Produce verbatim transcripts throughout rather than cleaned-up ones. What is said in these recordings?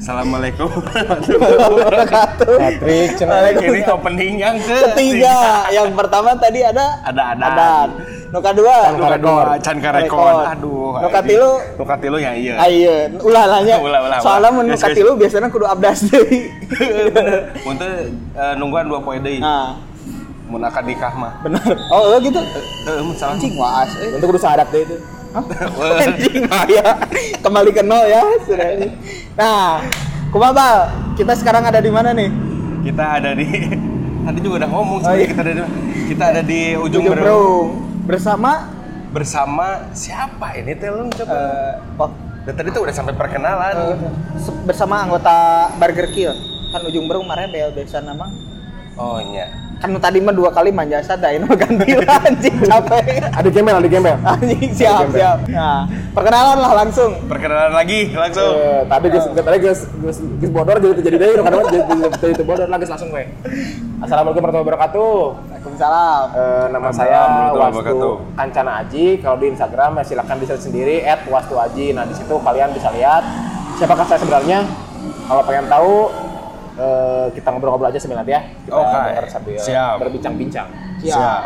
Assalamualaikum warahmatullahi wabarakatuh. Patrick, cenah ini opening yang ketiga. Yang pertama tadi ada ada ada. Adan. Nu kadua nu kadua can karekon. Aduh. Nu katilu nu katilu ya ieu. Ah ieu, ulah lah nya. Soalna mun nu katilu biasana kudu abdas deui. Mun teh nungguan dua poe deui. Nah. Mun akad nikah mah. Bener. Oh, gitu. Heeh, mun salah. Anjing waas euy. Untuk kudu syarat deh itu. Anjing ya. Kembali ke nol ya sudah ini. Nah, kumaha Bal? Kita sekarang ada di mana nih? Kita ada di tadi juga udah ngomong oh, iya. kita ada di kita ada di Ujung, Ujung Berung. Bersama bersama siapa ini teh lu coba. Uh, oh. Dan tadi tuh udah sampai perkenalan. Uh, bersama anggota Burger Kill. Kan Ujung Berung mare bel besan nama. Oh iya. Kan tadi mah dua kali manja sada ini mah ganti lah anjing capek. Ada gembel, ada gembel. Anjing siap, siap. Nah, perkenalan lah langsung. Perkenalan lagi langsung. Eh, tadi geus tadi geus geus geus bodor jadi jadi deui kadang jadi itu bodor lagi langsung we. Assalamualaikum warahmatullahi wabarakatuh. Waalaikumsalam. Eh, nama saya Wastu Kancana Aji. Kalau di Instagram ya silakan di-search sendiri et wastu aji. Nah, di situ kalian bisa lihat siapakah saya sebenarnya. Kalau pengen tahu Uh, kita ngobrol-ngobrol aja sambil nanti ya. Kita okay. sambil Siap. berbincang-bincang. Siap. Siap.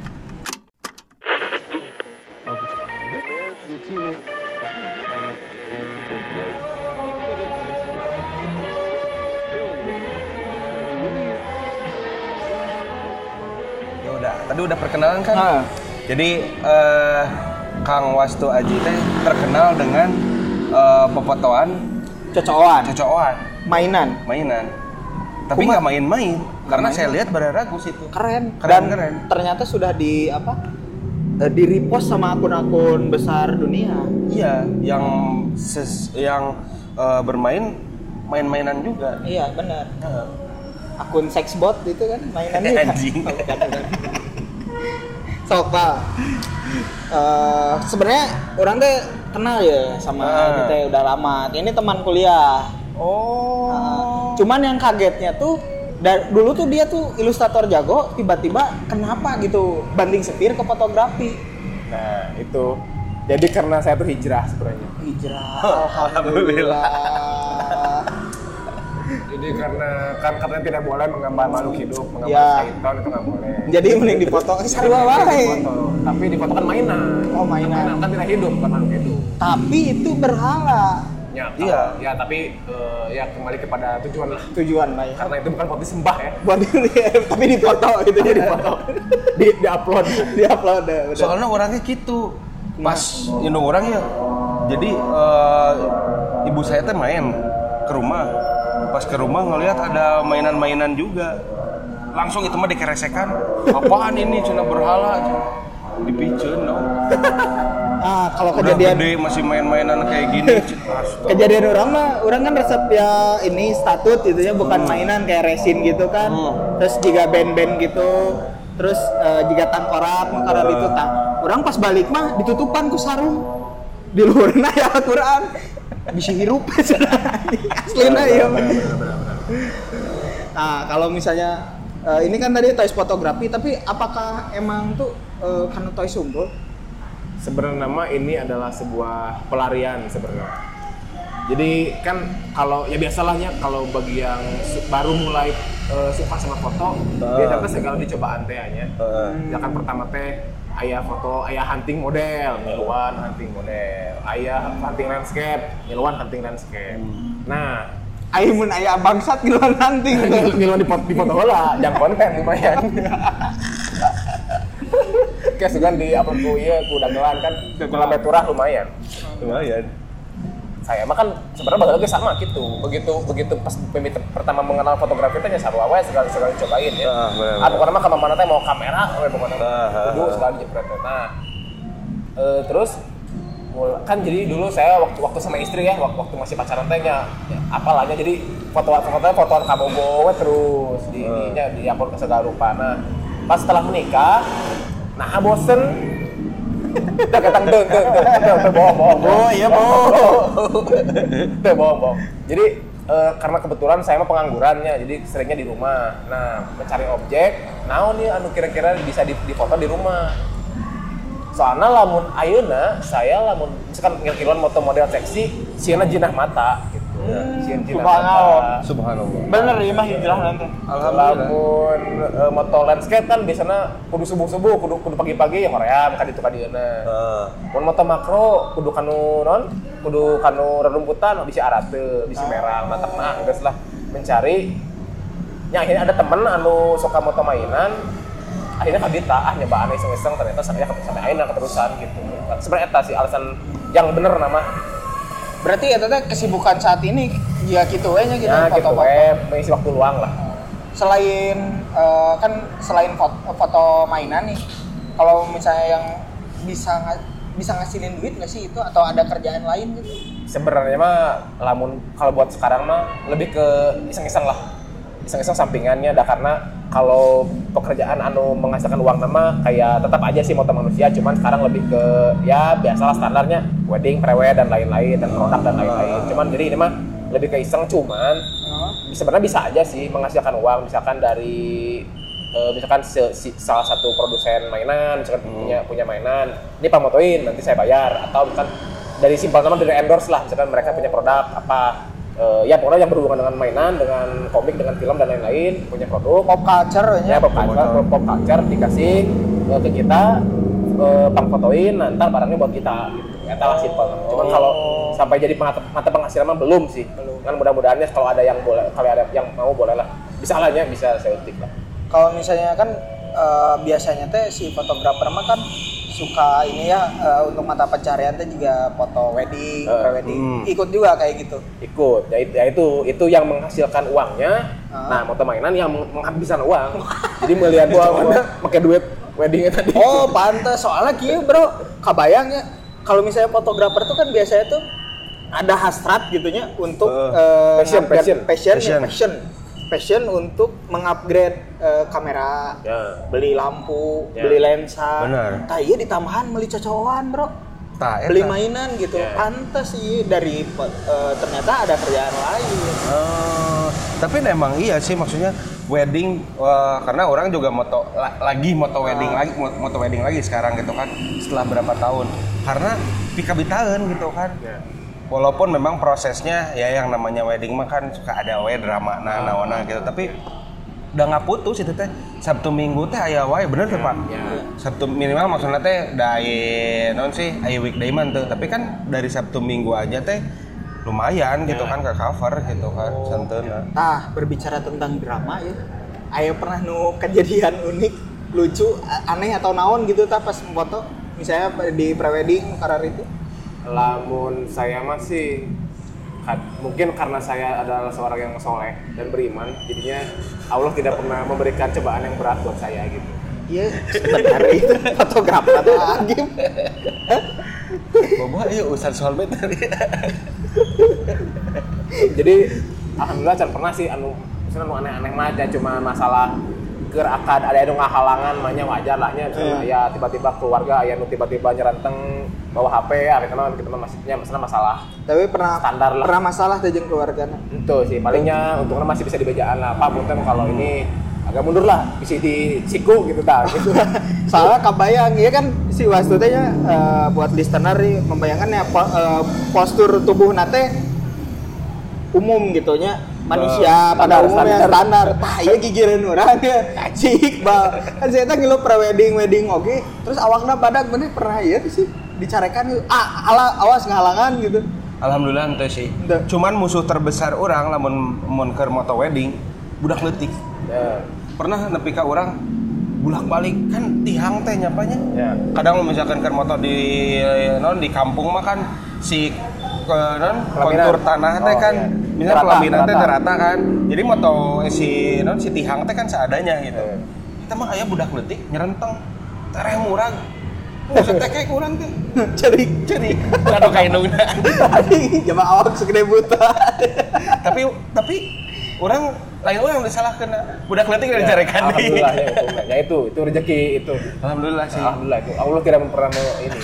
Ya udah, tadi udah perkenalan kan? Ha. Jadi uh, Kang Wastu Aji teh terkenal dengan uh, pepotoan cocokan, cocokan, mainan, mainan. Tapi nggak main-main, karena main. Saya lihat beragus itu. Keren, keren, dan keren. Ternyata sudah di apa? E, di repost sama akun-akun besar dunia. Iya, yang ses, yang uh, bermain main-mainan juga. Iya, benar. Uh. Akun sexbot itu kan mainannya. Anjing. Sok Pak. Uh, sebenarnya orang teh kenal ya sama uh. kita udah lama. Ini teman kuliah. Oh. Uh, cuman yang kagetnya tuh dari dulu tuh dia tuh ilustrator jago, tiba-tiba kenapa gitu banting setir ke fotografi. Nah, itu. Jadi karena saya tuh hijrah sebenarnya. Hijrah. Alhamdulillah. Jadi karena kan katanya tidak boleh menggambar makhluk hidup, menggambar ya. Python itu nggak boleh. Jadi mending dipoto sarua wae. Tapi dipoto kan mainan. Oh, mainan. Mainan kan tidak hidup, kan makhluk hidup. Tapi itu berhala. Ya, iya. Ya, tapi uh, ya kembali kepada tujuan lah. Tujuan lah ya. Karena itu bukan buat disembah ya. Buat tapi dipoto gitu jadi foto. di di-upload, di-upload deh. Soalnya orangnya gitu. Pas indung orang ya. Jadi uh, ibu saya teh main ke rumah. Pas ke rumah ngelihat ada mainan-mainan juga. Langsung itu mah dikeresekan. Apaan ini? Cina berhala. Dipiceun dong. Ah, kalau udah kejadian gede masih main-mainan kayak gini. Kejadian orang mah, orang kan resep ya ini statut gitu ya, bukan hmm. mainan kayak resin gitu kan. Hmm. Terus jika band-band gitu, terus uh, jika tangkorak, makarar uh. itu tang. Orang pas balik mah ditutupan ku sarung. Di luarna ya Al-Qur'an. Bisa hirup aslina ya. Nah, kalau misalnya uh, ini kan tadi toys fotografi, tapi apakah emang tuh uh, karena toys unggul? Sebenarnya nama ini adalah sebuah pelarian sebenarnya. Jadi kan kalau ya biasalahnya kalau bagi yang baru mulai uh, suka sama foto, uh. dia dapat segala dicobaan teh nya. Uh. Ya kan pertama teh aya foto, aya hunting model, ngiluan hunting model, aya hunting landscape, ngiluan hunting landscape. Hmm. Nah, aya mun aya bangsat ngiluan hunting, ngiluan di foto, di foto heula, jang konten lumayan. Kayak sugan di upload ku ieu ku dagelan kan, ku lambe turah lumayan. Lumayan. Saya mah kan sebenarnya bakal sama gitu. Begitu begitu pas pemit pertama mengenal fotografi teh nya sarua wae segala segala cobain ya. Ah, pokoknya mah ka mana teh mau kamera we pokoknya. Kudu segala jepret. Nah, eh, terus kan jadi dulu saya waktu waktu sama istri ya, waktu, waktu masih pacaran teh nya ya, apalahnya jadi foto-fotonya fotoan kabogo we terus di ininya di-upload ke segala rupa. Nah, pas setelah menikah, nah bosen. Udah ketang tuh, tuh, tuh, tuh, tuh, bohong, bohong, oh iya bohong, tuh, bohong, bohong. Jadi uh, karena kebetulan saya mah penganggurannya, jadi seringnya di rumah. Nah, mencari objek, naon nih anu kira-kira bisa difoto di rumah. Soalnya lamun ayeuna, saya lamun misalkan ngilkiluan moto model seksi, sieuna jinah mata gitu. Sieun Cina Subhanallah. mata. Subhanallah. Bener ya mah hijrah nanti. Alhamdulillah. Lamun uh, moto landscape kan biasanya kudu subuh-subuh, kudu kudu pagi-pagi yang hoream kan itu ka dieuna. Heeh. Mun moto makro kudu kanu non, kudu kanu rerumputan bisa arate, bisa merah, mantap mah geus lah mencari. Nya akhirnya ada temen anu suka moto mainan, akhirnya kabita ah nyobaan iseng-iseng ternyata saya sampai akhirnya keterusan gitu. Sebenarnya eta sih alasan yang bener nama. Berarti ya teh kesibukan saat ini ya gitu we nya gitu Ya gitu foto-foto. we mengisi waktu luang lah. Selain eh, kan selain foto, foto mainan nih, kalau misalnya yang bisa nga- bisa ngasilin duit nggak sih itu atau ada kerjaan lain gitu? Sebenarnya mah lamun kalau buat sekarang mah lebih ke iseng-iseng lah. Iseng-iseng sampingannya ada karena kalau pekerjaan anu menghasilkan uang nama kayak tetap aja sih moto manusia, cuman sekarang lebih ke ya biasalah standarnya wedding, prewe dan lain-lain dan produk dan lain-lain. Cuman jadi ini mah lebih ke iseng, cuman sebenarnya bisa aja sih menghasilkan uang misalkan dari uh, misalkan se- si- salah satu produsen mainan misalkan hmm. punya punya mainan ini pamotoin nanti saya bayar, atau misalkan dari simpel nama dari endorse lah misalkan mereka punya produk apa uh, ya pokoknya yang berhubungan dengan mainan, dengan komik, dengan film dan lain-lain, punya produk Pop culture ya pop culture, pop, pop culture dikasih uh, ke kita uh, pang-fotoin, nanti barangnya buat kita gitu. Eta lah simpel. Cuman kalau sampai jadi mata, mata penghasilan mah belum sih. Belum. Kan mudah-mudahannya kalau ada yang boleh, kalau ada yang mau boleh lah. Bisa lah ya, bisa saya utik lah. Kalau misalnya kan uh, biasanya teh si fotografer mah kan suka ini ya uh, untuk mata pencarian teh juga foto wedding, Uh, pre-wedding. hmm. Ikut juga kayak gitu. Ikut. Ya, ya itu itu yang menghasilkan uangnya. Uh. Nah, moto mainan yang meng- menghabiskan uang. Jadi melihat gua gua pakai duit weddingnya tadi. Oh, pantes soalnya kieu, Bro. Kabayangnya kalau misalnya fotografer tuh kan biasanya tuh ada hasrat gitunya untuk Uh, uh, passion, passion. passion, Passion. passion, passion untuk mengupgrade uh, kamera, Ya. beli lampu, Ya. beli lensa. Benar. Tah ieu ditambahan beli cocokan, Bro. Tah, eta. Beli mainan gitu. Ya. Pantes sih dari uh, ternyata ada kerjaan lain. Oh, tapi memang iya sih maksudnya wedding wah, karena orang juga moto la- lagi moto wedding lagi mo- moto wedding lagi sekarang gitu kan setelah berapa tahun karena pikabitaeun gitu kan. Ya. Walaupun memang prosesnya ya yang namanya wedding mah kan suka ada we drama nah naona gitu tapi udah nggak putus itu teh Sabtu Minggu teh aya wae bener tuh Pak. Ya. Sabtu minimal maksudnya teh dari non sih aya weekday man tuh tapi kan dari Sabtu Minggu aja teh lumayan gitu kan ke cover gitu kan santeuna. Nah, berbicara tentang drama ya. Ayo pernah nu kejadian unik, lucu, a- aneh atau naon gitu tah pas foto misalnya di prewedding karar itu. Lamun saya masih mungkin karena saya adalah seorang yang soleh dan beriman, jadinya Allah tidak pernah memberikan cobaan yang berat buat saya gitu. Iya, sebenarnya itu fotografer atau agim. Bobo ayo Ustaz Solbet tadi. Jadi alhamdulillah can pernah sih anu misalnya anu aneh-aneh mah aja cuma masalah keur akad ada anu ngahalangan mah nya wajar lah nya misalnya aya tiba-tiba keluarga aya nu tiba-tiba nyerenteng bawa H P ya kita mah kita mah maksudnya masalah masalah Tapi pernah Standar lah. pernah masalah teh jeung keluargana. itu sih palingnya untungnya masih bisa dibejaan lah Pak punten kalau ini agak mundur lah bisa di siku gitu dah gitu. Soalnya kebayang ya kan si Wastu teh nya, eh, buat listener nih membayangkan ya po- eh, postur tubuh nate umum gitu nya manusia Uh, pada standar, umumnya standar. standar. Tah ieu gigireun urang ya. Si Iqbal. Kan saya teh ngilu pre-wedding wedding oge. Terus awakna badak bener pernah ieu sih dicarekan gitu. Ah, ala awas ngahalangan gitu. Alhamdulillah ente sih. Ente. Cuman musuh terbesar orang lamun mun keur moto wedding budak leutik. Ya. Pernah nepi ka urang bulak-balik kan tihang teh nyapanya. Ya. Kadang misalkan keur moto di non di kampung mah kan si ke non Pelaminan. kontur tanah teh Oh, kan iya. misalnya Terata, pelaminan teh terata. terata kan. Jadi moto si non si tihang teh kan seadanya gitu. Iya. Kita mah aya budak leutik nyerenteng tereh murag. Oh, setekek urang teh. Cerik. Cerik. Anu kainungna. Tadi jamaah awak segede buta. tapi tapi orang lain orang disalahkan budak leutik udah dicarekan deui. Alhamdulillah ya itu. Ya itu, itu rezeki itu. Alhamdulillah sih. Alhamdulillah itu. Allah tidak pernah mau ini.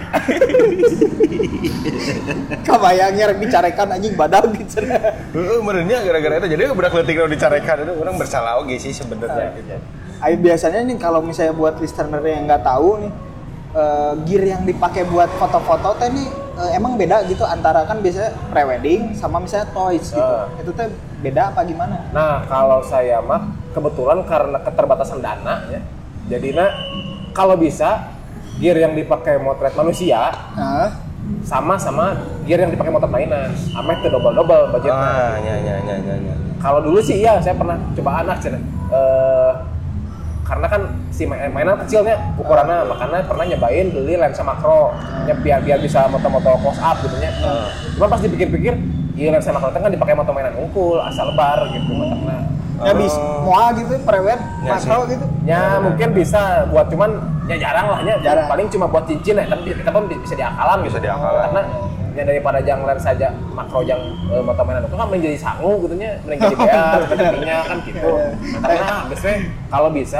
Kabayangnya rek dicarekan anjing badak gitu. Heeh, merenya gara-gara itu jadi budak leutik udah dicarekan itu orang bersalah oge sih sebenarnya gitu. Ayo biasanya nih kalau misalnya buat listener yang nggak tahu nih, eh, gear yang dipakai buat foto-foto teh nih uh, emang beda gitu antara kan biasanya prewedding sama misalnya toys gitu. Uh. Itu teh beda apa gimana? Nah, kalau saya mah kebetulan karena keterbatasan dana ya. Jadinya kalau bisa gear yang dipakai motret manusia uh. sama sama gear yang dipakai motret mainan. Ame itu double-double budgetnya. Ah, ya ya ya ya. ya. Kalau dulu sih iya, saya pernah coba anak cina. Uh, karena kan si mainan kecilnya ukurannya, makanya pernah nyobain beli lensa makro ya, biar biar bisa moto-moto close up gitu nya. Uh. Cuma pas dipikir-pikir, iya lensa makro kan dipakai moto mainan unggul, asal lebar gitu makanya. Ya uh. bisa moa gitu, prewed, ya, makro sih. Gitu. Ya, ya mungkin bisa buat cuman ya jarang lah ya, jarang. Paling cuma buat cincin ya, tapi kita pun bisa diakalan bisa gitu. diakalan. Karena ya daripada jang lensa saja makro jang e, moto mainan itu kan menjadi sangu gitu nya, mending jadi bear, jadinya kan gitu. Nah, karena biasanya kalau bisa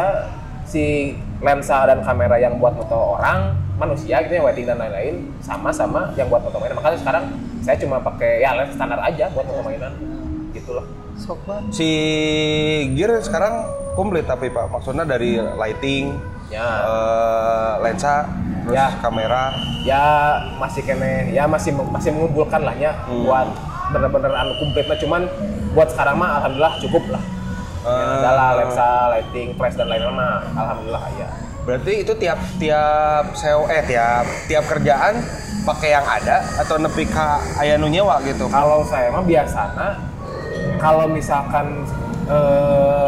si lensa dan kamera yang buat moto orang, manusia gitu ya, wedding dan lain-lain sama-sama yang buat moto mainan. Makanya sekarang saya cuma pakai ya lensa standar aja buat moto mainan gitu loh. Si gear sekarang komplit tapi Pak, maksudnya dari lighting, ya. uh, lensa, terus ya. kamera, ya masih kene, ya masih masih mengumpulkan lah ya hmm. buat bener-bener anu komplit. Cuman buat sekarang mah alhamdulillah cukup lah. Uh, ya, adalah lensa, lighting, flash dan lain-lain mah alhamdulillah ya. Berarti itu tiap tiap S E O eh tiap tiap kerjaan pakai yang ada atau nepi ka aya nu nyewa gitu? Kalau saya mah biasana kalau misalkan eh,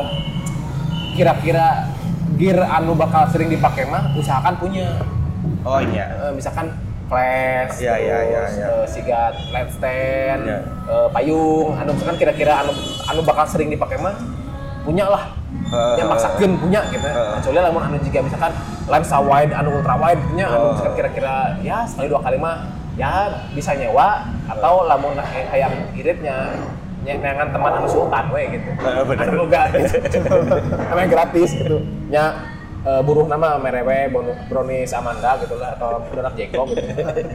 kira-kira gear anu bakal sering dipakai mah usahakan punya. Oh iya. Eh, misalkan flash, ya, ya, ya, ya. Uh, sigat light stand, ya. uh, payung, anu misalkan kira-kira anu anu bakal sering dipakai mah punya lah. Uh, yang maksakeun punya gitu. Uh, Kecuali lamun anu juga misalkan lensa wide, anu ultra wide punya, uh, anu misalkan kira-kira ya sekali dua kali mah ya bisa nyewa atau lamun hayang iritnya nyenengan teman anu sultan we gitu. Uh, bener. Anu boga gitu. Namanya gratis gitu. Nya Uh, buruh nama merewe Brownies Amanda gitu lah atau Donat Jeko gitu.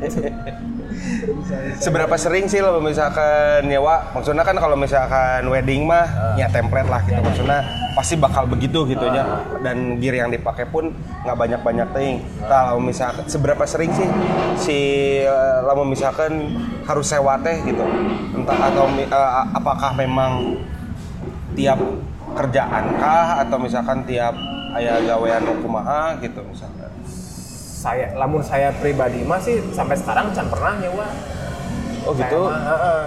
Seberapa sering sih lo misalkan nyewa? Maksudnya kan kalau misalkan wedding mah uh. ya template lah gitu. Maksudnya pasti bakal begitu gitu nya. Uh. Dan gear yang dipakai pun nggak banyak-banyak ting. Uh. Kalau misalkan seberapa sering sih si uh, lo misalkan harus sewa teh gitu? Entah atau uh, apakah memang tiap kerjaan kah atau misalkan tiap aya gawean kumaha gitu misalnya. Saya lamun saya pribadi mah sih sampai sekarang can pernah nyewa. Oh gitu. Saya mah, uh,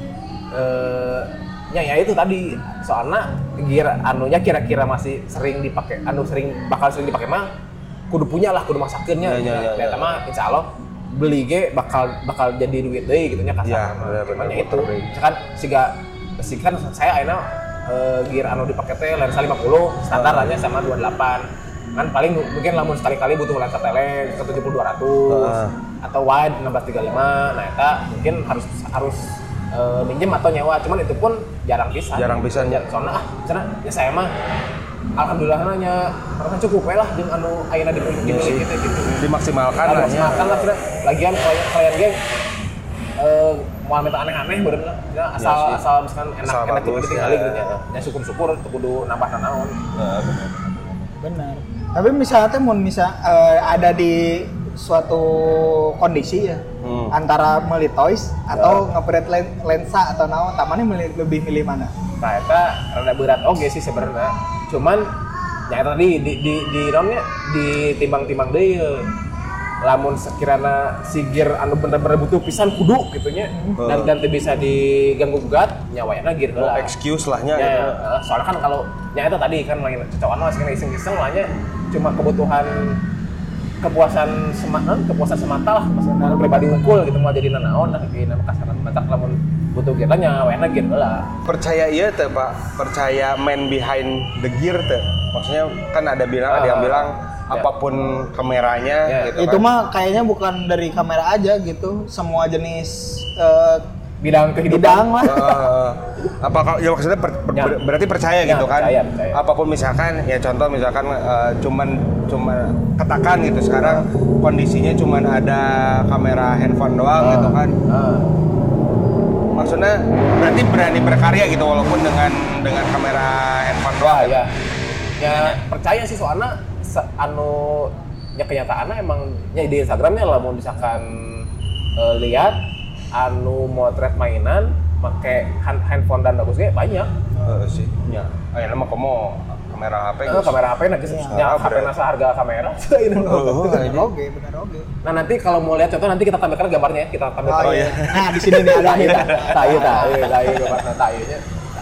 uh, ya ya itu tadi soalnya gear anunya kira-kira masih sering dipakai, anu sering bakal sering dipakai mah kudu punya lah, kudu masakeunnya. Ya, ya, ya, ya, mah insyaallah beli ge bakal bakal jadi duit deui gitu nya kasar. Ya, benar-benar itu. Misalkan siga sikan saya ayeuna Uh, gear anu dipakai teh lensa lima puluh standar aja sama dua puluh delapan kan paling mungkin lamun sekali-kali butuh lensa tele ke tujuh puluh dua ratus uh. atau wide enam belas tiga puluh lima. Nah eta mungkin harus harus uh, minjem atau nyewa, cuman itu pun jarang bisa jarang bisa soalnya ah cenah ya saya mah alhamdulillah nya karena cukup we lah jeung anu ayeuna di di gitu gitu dimaksimalkan lah dimaksimalkan lah cenah lagian klien klien geng uh, mau minta aneh-aneh bener ya, asal ya, asal misalkan enak asal enak gitu tinggal gitu ya. Ya syukur-syukur kudu nambah nanaon. Nah, benar. Benar. Tapi misalnya mun misal uh, ada di suatu kondisi ya hmm. antara beli toys atau ya. nge-print lensa atau naon, tamane lebih milih mana? Nah, eta rada berat oge sih sebenarnya. Cuman ya tadi di di di naonnya ditimbang-timbang deui. Lamun sekiranya si gear anu bener-bener butuh pisan kudu gitunya hmm. dan dan bisa diganggu gugat nyawanya gear oh, excuse lahnya ya, gitu. Soalnya kan kalau nya itu tadi kan lagi cocokan mah sing iseng-iseng lahnya cuma kebutuhan kepuasan semata kepuasan semata lah maksudnya pribadi unggul gitu mau jadi nanaon nah di nama kasaran matak lamun butuh gear nyawanya gear lah. Percaya iya teh Pak, percaya man behind the gear teh. Maksudnya kan ada bilang uh, ada yang bilang apapun ya. kameranya ya. gitu itu kan. mah kayaknya bukan dari kamera aja gitu, semua jenis uh, bidang kehidupan bidang lah. Uh, apakah ya maksudnya per, per, ya. berarti percaya ya, gitu kan percaya, percaya. Apapun misalkan ya contoh misalkan uh, cuman cuma katakan gitu sekarang kondisinya cuman ada kamera handphone doang uh, gitu kan uh. maksudnya berarti berani berkarya gitu walaupun dengan dengan kamera handphone doang ya, ya. ya percaya sih soalnya anu ya kenyataannya emang ya di Instagramnya lah mau misalkan uh, lihat anu motret mainan pakai hand, handphone dan bagus ge banyak. Heeh sih. Nya. Aya nama komo kamera H P. Uh, kamera H P nah geus nya H P nasa harga kamera. Oh, benar oge, benar oge. Nah, nanti kalau mau lihat contoh nanti kita tampilkan gambarnya ya. Kita tampilkan. Oh, iya. Nah, di sini nih ada nih. Tah ieu tah, ieu tah ieu gambarna tah ieu nya.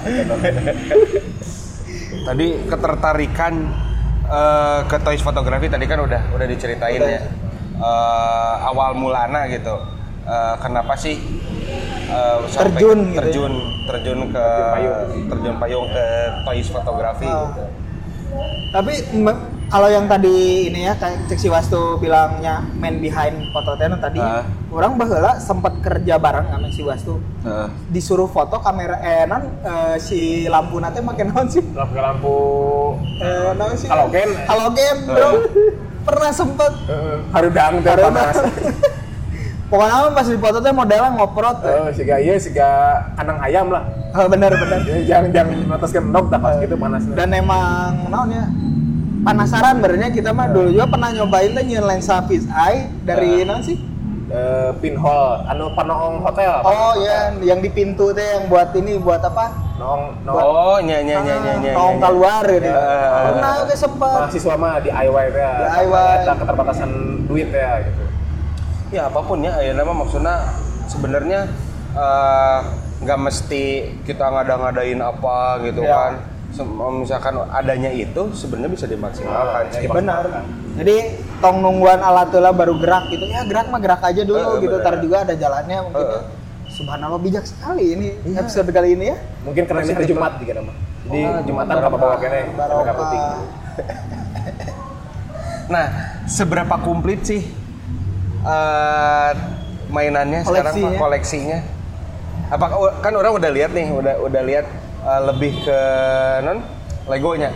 Tadi ketertarikan uh, ke toys fotografi tadi kan udah udah diceritain udah. ya. Uh, awal mulana gitu. Uh, kenapa sih uh, terjun terjun gitu ya? terjun ke terjun payung, terjun payung ke toys fotografi oh. gitu. Tapi m- kalau yang tadi ini ya kayak Cek Siwastu bilangnya man behind foto teh tadi uh. orang baheula sempat kerja bareng sama si Wastu. Uh. Disuruh foto kamera eh non uh, si lampu nanti make naon sih? Lampu lampu eh naon sih? Halogen. Halogen, Bro. Uh. Pernah sempet uh. harudang teh panas. Pokoknya pas di foto teh modelnya ngoprot. Oh, siga ieu siga kandang ayam lah. Oh, benar benar. Jangan jangan ngataskeun endog tah pas gitu panasnya. Dan emang naon ya? Penasaran benernya kita mah dulu juga pernah nyobain teh nyeun lensa fisheye dari naon sih? Uh, pinhole, anu panoong hotel. Oh iya, yang di pintu teh yang buat ini buat apa? Noong, noong. Oh, nya nya nya nya nya. Noong keluar gitu. Uh, Pernah ge sempat. Mahasiswa mah di D I Y teh. D I Y. Eta keterbatasan duit ya gitu. Ya apapun ya, ayeuna mah maksudnya sebenarnya nggak uh, mesti kita ngada-ngadain apa gitu ya. kan. Misalkan adanya itu sebenarnya bisa dimaksimalkan. Ya, benar. Jadi tong nungguan alat lah baru gerak gitu. Ya gerak mah gerak aja dulu uh, gitu. Ntar juga ada jalannya mungkin. Uh. Subhanallah bijak sekali ini ya. Episode kali ini ya. Mungkin karena ini hari Jumat juga nama. Jadi oh, Jumatan apa bawa kene mereka penting. Nah, seberapa komplit sih uh, mainannya Koleksi, sekarang ya? koleksinya? Apakah kan orang udah lihat nih, udah udah lihat uh, lebih ke non Legonya.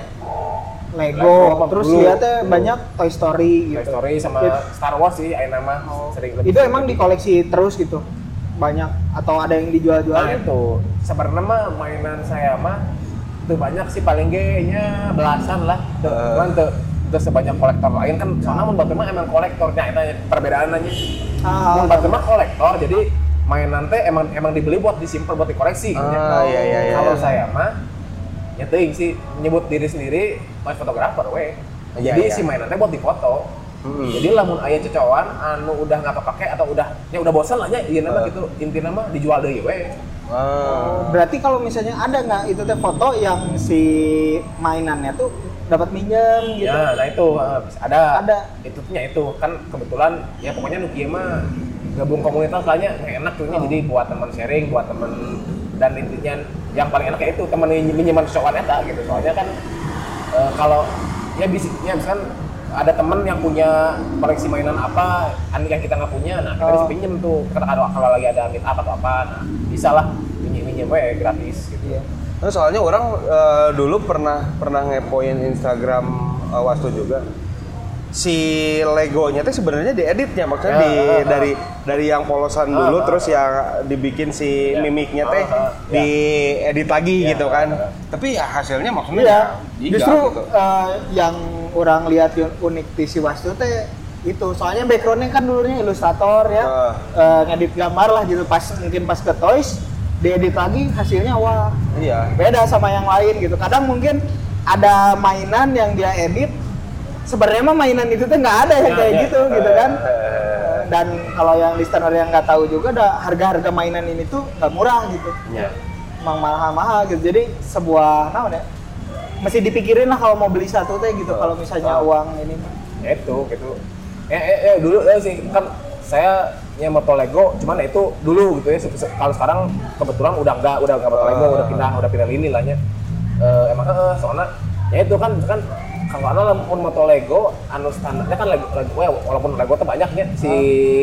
Lego, Lego terus lihatnya banyak Toy Story gitu. Toy Story sama It, Star Wars sih, ayo nama oh. sering lebih. Itu emang dikoleksi terus gitu? Banyak atau ada yang dijual-jual? Nah itu, sebenarnya mah mainan saya mah itu banyak sih paling ge-nya belasan lah. Tuh, uh. kan tuh, tuh sebanyak kolektor lain kan soalnya mun batu mah emang kolektornya itu perbedaannya. Ah, mun batu mah kolektor jadi mainan teh emang emang dibeli buat disimpan buat dikoleksi. Ah, oh, iya, iya, iya. Kalau saya mah ya teuing sih nyebut diri sendiri mas fotografer we. Ya, jadi ya. si mainan teh buat difoto. Hmm. Jadi lamun aya cocokan anu udah enggak kepake atau udah ya udah bosan lah nya ieu nama uh. gitu intina mah dijual deui we. Oh. Berarti kalau misalnya ada nggak itu teh foto yang si mainannya tuh dapat minjem gitu? Ya, nah itu ada. Ada. Itu nya itu kan kebetulan ya pokoknya nu kieu mah gabung komunitas lah nya enak tuh oh. Jadi buat teman sharing, buat teman dan intinya yang paling enak itu teman minjeman cocokan eta gitu. Soalnya kan e, kalau ya bisa ya misalkan ada teman yang punya koleksi mainan apa yang kita nggak punya, nah kita oh. bisa pinjem tuh kalau kalau lagi ada meet up atau apa, nah bisa lah pinjem pinjem we gratis gitu. Iya. Nah, soalnya orang uh, dulu pernah pernah ngepoin Instagram uh, Wastu juga si Legonya tuh sebenarnya dieditnya maksudnya ya, di uh, uh, dari dari yang polosan uh, dulu uh, terus uh, yang dibikin si ya, mimiknya teh uh, uh, diedit ya. lagi ya, gitu kan. Uh, uh. Tapi ya hasilnya maksudnya ya, ya justru gitu. uh, yang orang lihat unik di si Wastu teh itu soalnya backgroundnya kan dulunya ilustrator ya uh. Uh, ngedit gambar lah gitu pas mungkin pas ke Toys diedit lagi hasilnya wah iya. beda sama yang lain gitu. Kadang mungkin ada mainan yang dia edit sebenarnya mah mainan itu tuh nggak ada yang kayak nah, gitu ya. gitu kan. Dan kalau yang listener yang nggak tahu juga ada harga-harga mainan ini tuh nggak murah gitu. Ya. Emang mahal-mahal gitu. Jadi sebuah naon ya? Mesti dipikirin lah kalau mau beli satu teh gitu. Kalau misalnya oh. uang ini mah. Itu gitu. Eh, eh, eh dulu eh, sih kan saya nya moto Lego, cuman itu dulu gitu ya. Kalau sekarang kebetulan udah enggak, udah enggak moto Lego, udah pindah, udah pindah lini lah nya. Uh, emang eh soalnya ya itu kan kan kalau ana lamun moto Lego anu standarnya kan Lego, Lego ya, walaupun Lego teh banyaknya si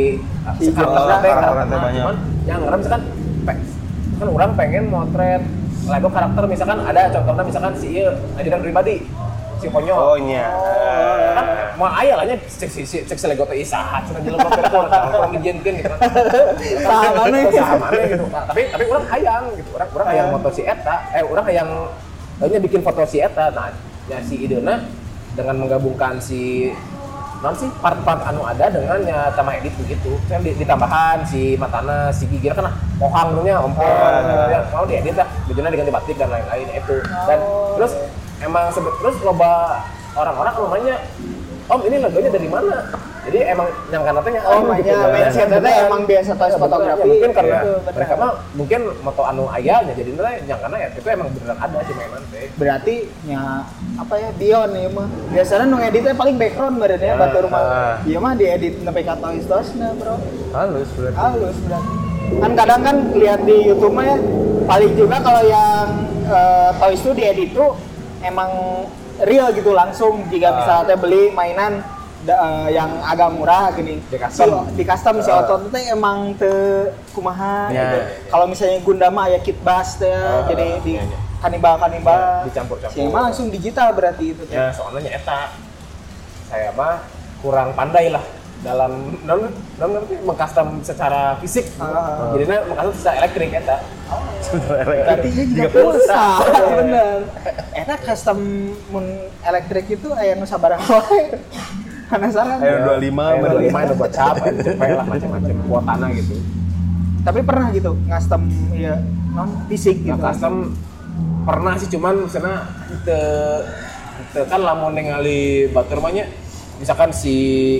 si karakter teh banyak. Cuman yang ngarep misalkan kan orang pengen motret Lego karakter misalkan ada contohnya misalkan si ieu ajudan pribadi si konyol. Oh iya. Oh, kan mau aya lah nya cek si cek si Lego teh isaha cenah jelema keur orang ngijieunkeun gitu kan. Saha maneh saha maneh gitu. Nah, tapi tapi urang hayang gitu. Urang urang hayang moto si eta, eh urang hayang nya bikin foto si eta. Nah, ya si idena dengan menggabungkan si non sih part-part anu ada dengannya sama edit begitu. Kan ditambahan si matana, si gigi kan mohang dulunya ompong, ya, mau diedit lah, bujuna diganti batik dan lain-lain itu. Dan terus emang sebe- terus loba orang-orang namanya, Om ini logonya dari mana? Jadi emang yang kan katanya oh makanya mindset itu emang biasa tos fotografi. Mungkin karena itu, mereka mah mungkin moto anu ayahnya jadi nanti yang karena ya itu emang beneran ada sih mainan teh. Berarti ya apa ya Dion ya mah. Biasanya nu editnya paling background badannya ya, batur mah. Dia mah diedit nepi ka toys-toysna, Bro. Halus berarti. Halus berarti. Kan kadang kan lihat di YouTube mah ya paling juga kalau yang uh, toys itu diedit tuh emang real gitu langsung jika misalnya beli mainan Da, uh, yang agak murah gini di custom si, di custom si otot itu emang te kumaha ya, gitu. Ya, ya. Kalau misalnya Gundam aya kit bass teh uh, jadi di ya, ya. kanibal-kanibal ya, dicampur-campur. Si emang langsung digital berarti itu. Ya, soalnya eta saya mah kurang pandai lah dalam non non nanti mengcustom secara fisik. Uh, Jadinya mengcustom secara elektrik eta. Berarti dia juga pulsa. Bener. Eta custom mun elektrik itu aya nu sabaraha wae. Penasaran. Ayo dua puluh lima, dua puluh lima ada buat cap, ada cepet lah macam-macam kuotana gitu. Tapi pernah gitu custom ya non fisik gitu. Nah, custom pernah sih cuman misalnya te, te kan lamun ningali batur mah nya misalkan si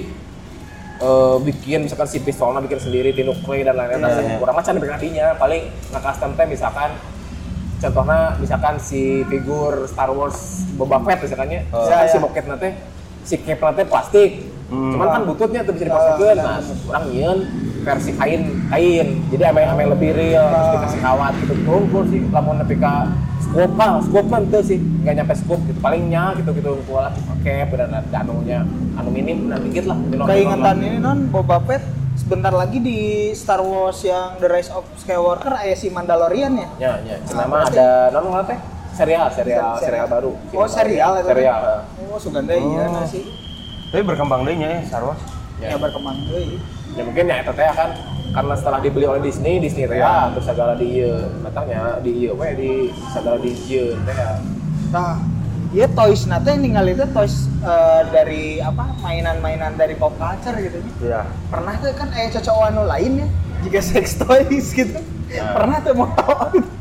uh, bikin misalkan si pistolnya bikin sendiri di nukle dan lain-lain yeah, yeah. kurang macam berartinya paling nge-custom teh misalkan contohnya misalkan si figur Star Wars Boba Fett misalkannya oh, misalkan yeah, si moket nanti si kepla teh plastik hmm. cuman kan bututnya tuh bisa dipasangkeun nah kurang nyeun versi kain kain jadi ame-ame lebih real terus dikasih kawat gitu tunggu sih lamun nepi ka scope mah scope mah teu sih enggak nyampe scope gitu palingnya gitu-gitu kuala pakai dan anunya anu minim dan dikit lah keingetan ini non Boba Fett sebentar lagi di Star Wars yang The Rise of Skywalker aya si Mandalorian ya ya ya cenama ada non ngapa teh serial serial serial baru oh serial itu serial oh suganda iya oh. Sih tapi berkembang deh nya Star Wars ya, ya berkembang deh ya mungkin ya eta teh kan karena setelah dibeli oleh Disney Disney teh ya terus segala di ieu matangnya di ieu we di segala di ieu teh nah ieu toys na teh ningali teh toys uh, dari apa mainan-mainan dari pop culture gitu ya pernah tuh kan aya cocokan anu lain ya jika sex toys gitu ya. Pernah tuh moto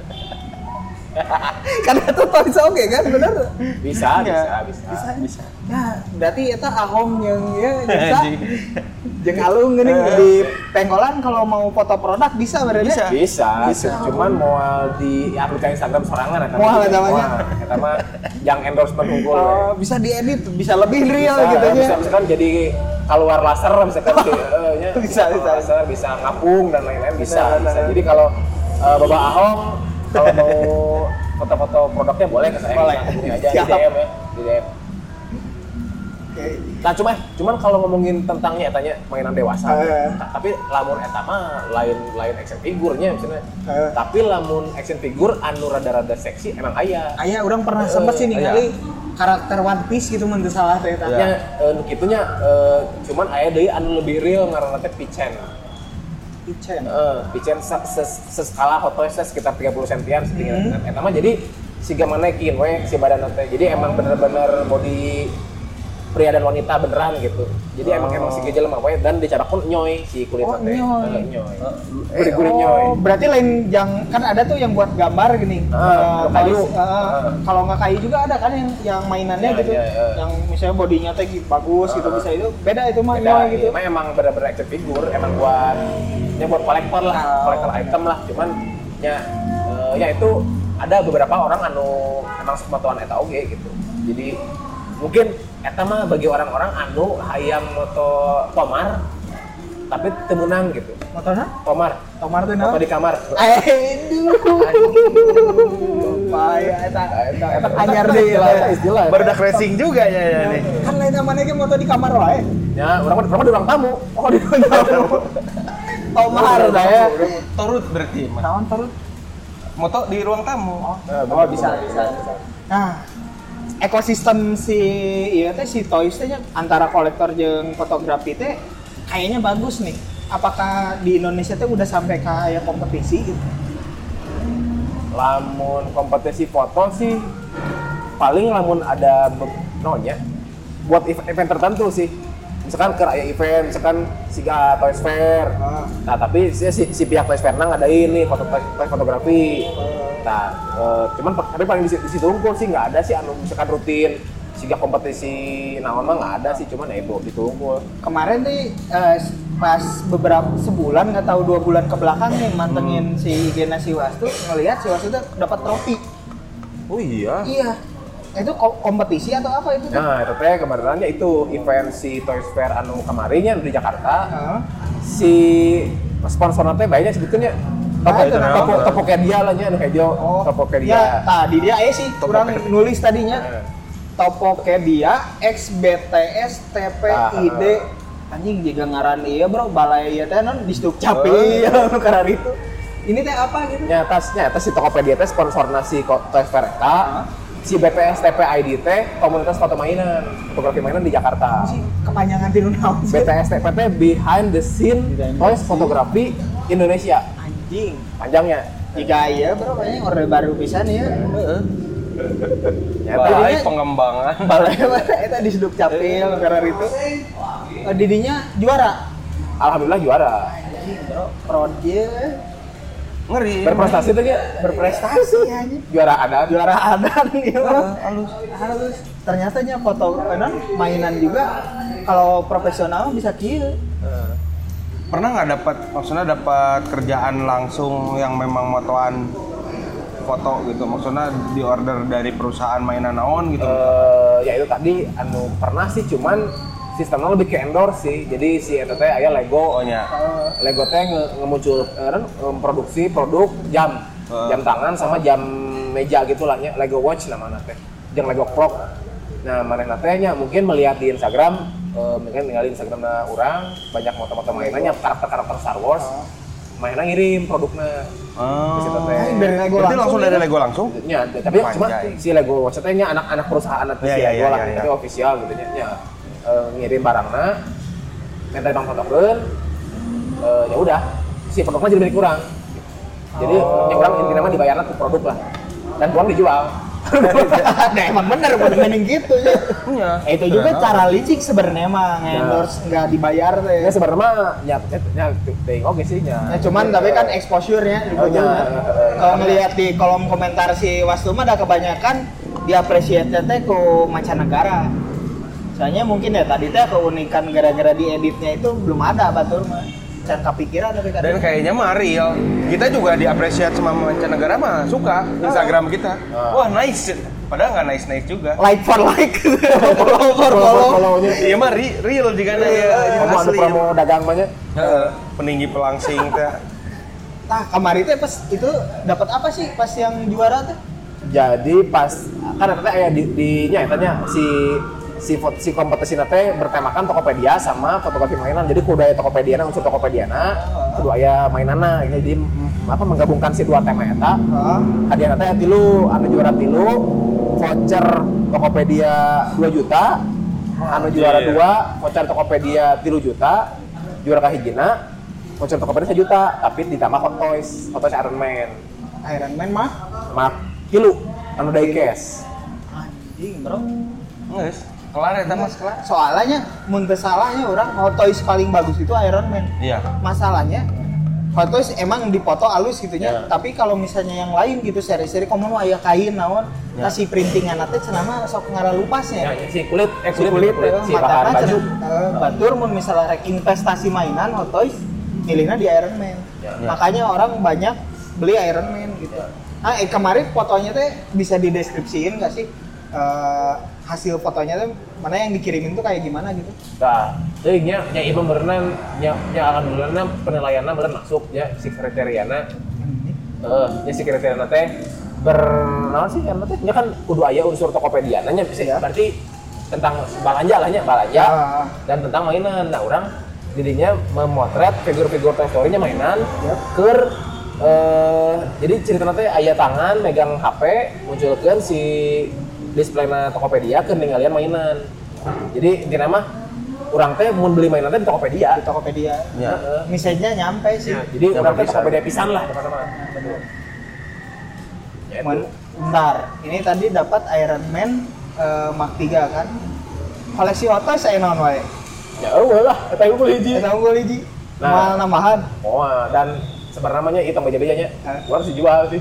karena itu toys oke okay, kan bener bisa, ya. bisa bisa bisa bisa ya berarti eta ahom yang ya bisa jeung alung geuning di pengkolan kalau mau foto produk bisa berarti bisa bisa, bisa. Cuman mau di upload ke Instagram sorangan eta mah eta mah eta mah yang endorsement unggul oh, bisa diedit bisa lebih real bisa, gitu bisa misalkan jadi keluar laser misalkan uh, ya, bisa bisa laser bisa ngapung dan lain-lain bisa, bisa. Jadi kalau uh, Bapak Ahong kalau mau foto-foto produknya boleh ke saya boleh hubungi aja di D M ya di D M. Okay. Nah cuma cuman kalau ngomongin tentangnya tanya mainan dewasa uh. nah, tapi lamun eta mah lain lain action figurnya misalnya uh. tapi lamun action figure anu rada-rada seksi emang aya aya urang pernah uh, sempet sih ningali karakter One Piece gitu mun teu salah teh eta nya nu kitunya uh, cuman aya deui anu lebih real ngaranna teh Pichen Pichen. Uh, Pichen seskala Hot Toys sekitar tiga puluh sentian setinggi mm-hmm. eta mah jadi siga manekin we si badan teh. Jadi emang bener-bener body pria dan wanita beneran gitu. Jadi oh. emang emang siga jelema we dan dicarakun nyoy si kulit oh, teh. Nyoy. nyoy. Uh, eh, oh, nyoy. Berarti lain yang kan ada tuh yang buat gambar gini. Uh, uh, kayu. Uh, uh. Kalau nggak kayu juga ada kan yang yang mainannya yeah, gitu. Yeah, yeah. Yang misalnya bodinya teh bagus uh, gitu bisa itu. Beda itu mah nyoy gitu. Emang emang bener-bener action figure emang buat ya buat kolektor lah, kolektor oh. item lah. Cuman ya uh, ya itu ada beberapa orang anu emang sepatuan eta oge gitu. Jadi mungkin eta mah bagi orang-orang anu hayang moto tomar tapi teu meunang gitu. Motorna? Tomar. Tomar teh moto di kamar. Aduh. Paya eta eta eta anyar deui lah istilah. Barudak racing juga ya ya nih. Kan lain namanya ge moto di kamar wae. Ya, urang urang di ruang tamu. Oh di ruang tamu. Tomar saya. Turut berarti. Naon turut? Moto di ruang tamu. Oh, oh bisa, bisa, bisa. Nah, ekosistem si iya teh si toys teh antara kolektor jeung fotografi teh kayaknya bagus nih. Apakah di Indonesia teh udah sampai kayak kompetisi gitu? Lamun kompetisi foto sih paling lamun ada nonya buat event tertentu sih. misalkan ke aya event, misalkan siga Toys Fair. Uh. Nah, tapi si, si, si pihak Toys Fair nang ngadain nih foto fotografi. Uh. Nah, uh, cuman tapi paling di, di situ unggul sih nggak ada sih anu misalkan rutin siga kompetisi naon mah nggak ada sih, cuman ya bu di unggul. Kemarin nih uh, pas beberapa sebulan nggak tahu dua bulan ke belakang nih mantengin hmm. si Igena si Wastu ngelihat si Wastu tuh dapat trofi. Oh iya. Iya. Itu kompetisi atau apa itu? Nah, itu teh kemarinnya itu event si Toys Fair anu kemarinnya di Jakarta. Uh. Si sponsornya teh banyak sebetulnya. Apa itu? Topo Topopedia lah nya anu hejo. Oh, Topopedia. Ya, tadi dia eh sih kurang nulis tadinya. Uh. Topopedia X B T S T P I D uh. anjing juga ngaran ieu bro balai ieu teh non di Dukcapil anu karar itu. Ini teh apa gitu? Nyata nyata si Tokopedia teh sponsorna si Toys Fair eta. Uh. Si B T S T P I D teh komunitas foto mainan, fotografi mainan di Jakarta. Si kepanjangan tinu naon sih? B T S T P teh Behind the Scene Toys Fotografi Indonesia. Anjing, panjangnya. Tiga ya bro, kayaknya orde baru pisan ya. Heeh. Balai pengembangan. Balai eta di Dukcapil karena itu. Didinya juara. Alhamdulillah juara. Anjing bro, project ngeri berprestasi tuh ya berprestasi anjing juara adan juara adan gitu uh, halus halus ternyata nya foto mainan mainan juga kalau profesional bisa kieu uh. Pernah nggak dapat maksudnya dapat kerjaan langsung yang memang motoan foto gitu maksudnya di order dari perusahaan mainan naon gitu uh, ya itu tadi anu pernah sih cuman sistemnya lebih ke endorse sih, jadi si eta teh aya Lego, oh nya. Uh, Lego teh ngemuncul uh, memproduksi produk jam, uh. jam tangan sama jam meja gitulah nya, Lego Watch namanya teh, jeung Lego Clock. Nah, manehna teh nya mungkin melihat di Instagram, uh, mungkin ningali Instagramna urang banyak moto-moto mainannya karakter-karakter Star Wars. Uh. Manehna ngirim produknya. Oh. Situ teh. Dari Lego Berarti langsung. langsung dari Lego langsung? Ya, tapi cuma si Lego Watch teh nya anak-anak perusahaan atau si Lego lah, itu official gitu nya. Uh, ngirim barangnya, minta bang fotokeun, uh, ya udah, si produknya jadi milik kurang. Jadi oh. yang orang intinya mah dibayarnya ke produk lah, dan uang dijual. Nah emang bener buat mending gitu ya. Iya. Eh, itu juga cara licik sebenarnya mah endorse nggak dibayar teh. Ya sebenarnya mah ya ya ting oke sih ya. Ya cuman tapi kan exposure-nya oh, ya. Kalau ngelihat di kolom komentar si Wastu mah ada kebanyakan diapresiasi teh ku mancanegara. Soalnya mungkin ya tadi teh keunikan gara-gara di editnya itu belum ada batur mah. Can kepikiran tapi kadang. Dan kayaknya mah real. Kita juga diapresiasi sama mancanegara mah suka Instagram kita. Ah. Wah, nice. Padahal nggak nice-nice juga. Like for like. Follow for follow. Iya mah real jika ya asli. Promo dagang mah nya. Heeh, peninggi pelangsing teh. Nah, kemarin teh pas itu dapat apa sih pas yang juara teh? Jadi pas kan eta aya di di nya etanya si si si kompetisi nate bertemakan Tokopedia sama fotografi mainan. Jadi kudu aya Tokopediana unsur Tokopediana, kudu aya mainanna. Jadi apa menggabungkan si dua tema eta. Heeh. Hadiah teh tilu, anu juara tilu voucher Tokopedia dua juta, anu juara dua voucher Tokopedia tilu juta, juara kahijina voucher Tokopedia satu juta, tapi ditambah Hot Toys, Hot Toys Iron Man. Iron Man mah? Mah tilu, anu diecast. Anjing, bro. Geus. Kelar eta mas kelar. Soalnya mun teu salahnya orang Hot Toys paling bagus itu Iron Man. Iya. Masalahnya Hot Toys emang dipoto halus gitu nya, yeah. Tapi kalau misalnya yang lain gitu seri-seri komo aya kain naon, yeah. Kasih printingan teh cenah mah sok ngaralupasnya. Ya, si kulit, eh si kulit, kulit si bahan baju. Uh, batur mun misalnya rek investasi mainan Hot Toys, milihnya di Iron Man. Yeah. Makanya orang banyak beli Iron Man gitu. Nah, eh, kemarin fotonya teh bisa dideskripsiin nggak sih? Uh, hasil fotonya tuh mana yang dikirimin tuh kayak gimana gitu? Nah, jadi nya nya ibu berenang nya nya akan berenang penilaiannya berenang masuk ya si kriteriana. Heeh, nya si kriteriana teh bernaon sih kan teh nya kan kudu aya unsur Tokopedia nya bisa ya. Berarti tentang balanja lah nya balanja ah. Dan tentang mainan. Nah, orang jadinya memotret figur-figur Toy Story-nya mainan ya. Keur eh jadi cerita teh aya tangan megang H P munculkeun si displayna Tokopedia ke ningalian mainan. Jadi intinya mah urang teh mun beli mainan teh di Tokopedia. Di Tokopedia. Ya. Uh, Misalnya nyampe sih. Ya, jadi urang teh Tokopedia pisan lah teman-teman. Ya, bentar. Ini tadi dapat Iron Man uh, Mark tiga kan. Koleksi Hot Toys saya naon wae? Ya eueuh lah, eta unggul hiji. Eta unggul hiji. Nah. Mal nambahan. Oh, dan sebenarnya namanya itu beja-bejanya. Gua harus dijual sih.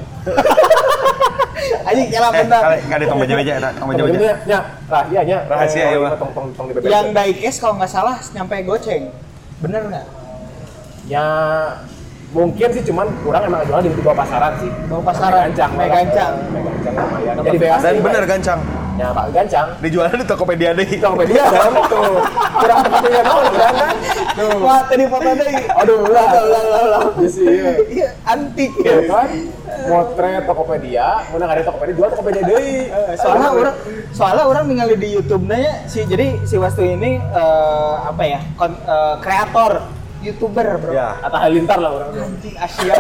Anjing kela Eh, bentar. kali kali tong beja-beja eta, tong beja-beja. Beja-beja nya, rahasia nya. Rahasia, Eh, iya, Pak. tong tong tong di bebek. Yang diecast kalau nggak salah nyampe goceng. Bener nggak? Ya mungkin sih cuman kurang emang jual di bawah pasaran sih. Bawah pasaran. gancang, Mega gancang. Mega gancang lumayan. Jadi bebas Dan sih, bener Pak. gancang. Ya, Pak gancang. Dijualnya di Tokopedia deh. Tokopedia kan tuh. Kurang tepatnya dong kan. Tuh. Wah, tadi foto deh. Aduh, lah lah lah lah lah. Di sini. Iya, antik Ya ya. kan? Motret Tokopedia, mun ada Tokopedia jual Tokopedia deui. Soalnya orang soalnya orang ningali di YouTube-nya ya, si jadi si Wastu ini eh, apa ya? kon- eh, kreator, YouTuber, Bro. Ya. Atau Halilintar lah orang. Anjing Asia.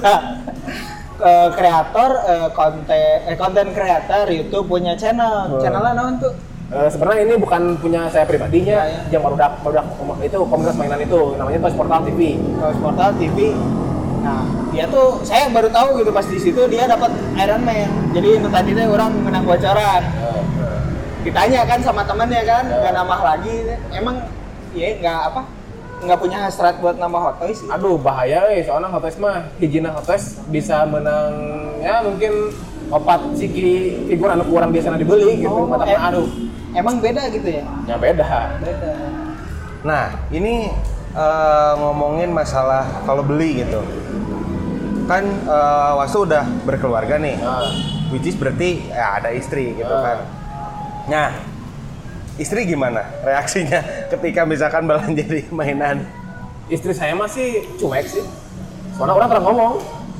Eh, kreator eh, konten eh, konten kreator YouTube punya channel. Oh. Channelnya naon tuh? Eh, sebenarnya ini bukan punya saya pribadinya, Ya, yang baru dak baru dak itu komunitas mainan itu namanya Toys Portal T V. Toys Portal T V. Nah, dia tuh saya baru tahu gitu pas di situ dia dapat Iron Man. Jadi itu tadi teh orang menang bocoran. Ditanya kan sama temannya kan, nggak nambah lagi. Emang ya nggak apa? Nggak punya hasrat buat nambah Hot Toys sih. Aduh bahaya eh soalnya Hot Toys mah hijina Hot Toys bisa menang ya mungkin opat siki figur anu kurang biasa dibeli gitu. Oh, Mata em- aduh. Emang beda gitu ya? Ya beda. Beda. Nah, ini eh, ngomongin masalah kalau beli gitu. Kan eh, Wastu udah berkeluarga nih. Nah, Which is berarti ya ada istri gitu Ah. kan. Nah, istri gimana reaksinya ketika misalkan belanja di mainan? istri saya masih cuek sih. Soalnya orang pernah ngomong.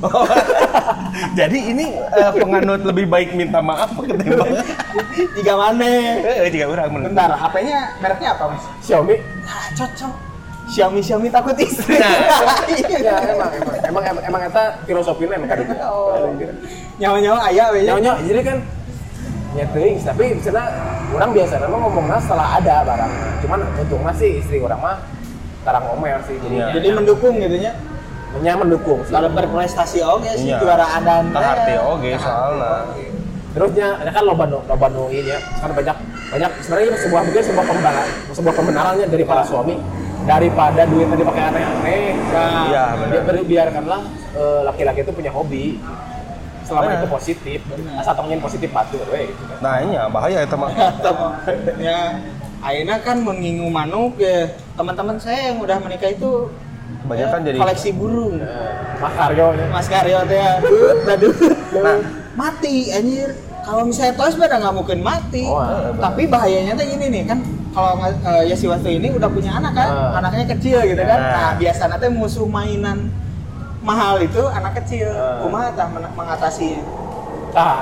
Jadi ini eh, penganut lebih baik minta maaf ketimbang Tiga mana? eh jika orang menurut. Bentar, H P-nya mereknya apa, Mas? Xiaomi. Ah, cocok. Xiaomi Xiaomi takut istri. Ya Iya. emang emang emang emang, emang eta filosofinya emang kayak gitu. Oh. Nyawa-nyawa ayah we nya. Nyonya, jadi kan nyeting, tapi misalnya orang biasa memang ngomongnya setelah ada barang. Cuman untungnya sih istri orang mah tarang ngomel sih jadi. Iya. Jadi mendukung gitu nya. Nya mendukung sih. Kalau berprestasi oke sih Iya. juara adan. Taharti oge soalnya. Terusnya, ada kan loba nu loba nu ini ya. Sekarang banyak banyak sebenarnya ini sebuah mungkin sebuah pembenaran, sebuah pembenarannya dari para suami daripada duitnya dipakai aneh-aneh. Nah, Iya, benar. dia beri- biarkanlah eh, laki-laki itu punya hobi. Selama Benar. itu positif, asal tongin positif batur we gitu kan. Nah, ini ya bahaya itu mah. Ya, ayeuna kan mengingu manuk ya. Teman-teman saya yang udah menikah itu Kebanyakan ya, jadi koleksi burung. Mas Karyo nya. Mas Karyo teh dut dadut. Nah. Mati anjir. Kalau misalnya toys pada nggak mungkin mati. Oh, iya, benar. Tapi bahayanya tuh gini nih kan kalau uh, Yasi Wastu ini udah punya anak kan, Ah. anaknya kecil gitu kan. Nah. Nah, biasanya tuh musuh mainan mahal itu anak kecil. Ah. Kumaha tah men- mengatasinya? Nah,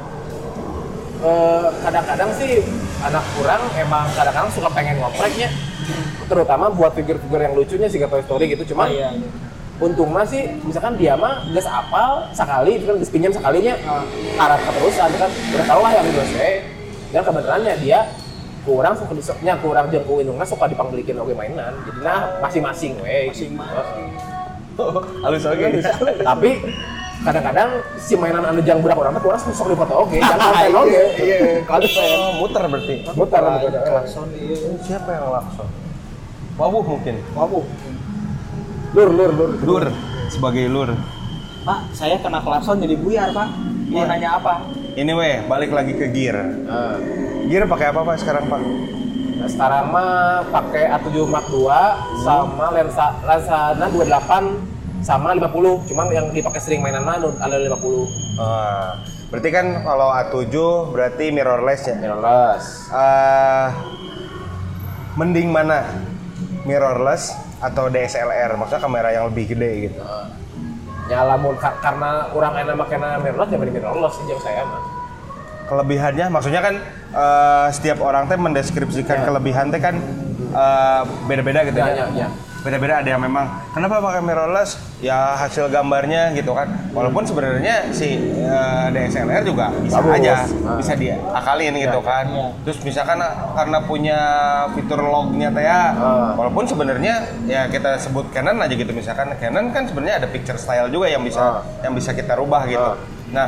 eh, kadang-kadang sih anak kurang emang kadang-kadang suka pengen ngopreknya, terutama buat figur-figur yang lucunya sih Toy Story gitu. Cuma Oh, iya. untungnya sih misalkan dia mah geus apal sekali itu kan geus pinjam sekalinya Ah. harap keterusan kan udah tau lah yang geus we. Dan kebenarannya dia kurang suka disoknya kurang jeung ku indungna suka dipanggelikin oge mainan. Jadi nah masing-masing we. Masing-masing. halus oge. Tapi kadang-kadang si mainan anu jang budak urang teh kurang sok dipoto oge, jangan konten Iya, oge. iya, Konten. Oh, muter berarti. Muter Lah, muter. klakson iya. Siapa yang lakson? Wawuh mungkin. Wabuh. Lur lur lur. Lur sebagai lur. Pak, saya kena klakson jadi buyar, Pak. Mau Iya. nanya apa? Ini weh, balik lagi ke gear. Nah, Gear pakai apa Pak sekarang Pak? nah sekarang mah pakai A tujuh Mark dua sama lensa lensa dua puluh delapan sama lima puluh. Cuman yang dipakai sering mainan mah anu ada lima puluh. Ah, berarti kan kalau A tujuh berarti mirrorless ya? Mirrorless. Eh, mending mana? Mirrorless atau D S L R? Maksudnya kamera yang lebih gede gitu. Nah, ya lamun ka- karena orang enak makanya mirrorless ya mending mirrorless sih jeung saya mah. Kelebihannya, maksudnya kan eh, setiap orang teh mendeskripsikan Ya. kelebihan teh kan eh, beda-beda gitu Ya, ya. ya, ya. Beda-beda, ada yang memang kenapa pakai mirrorless ya hasil gambarnya gitu kan. Walaupun sebenarnya si eh, D S L R juga bisa Bagus. aja, Nah. bisa diakalin gitu Ya, kan. ya. Terus misalkan karena punya fitur lognya teh ya, Ah. walaupun sebenarnya ya kita sebut Canon aja gitu, misalkan Canon kan sebenarnya ada picture style juga yang bisa Ah. yang bisa kita rubah gitu. Ah. Nah,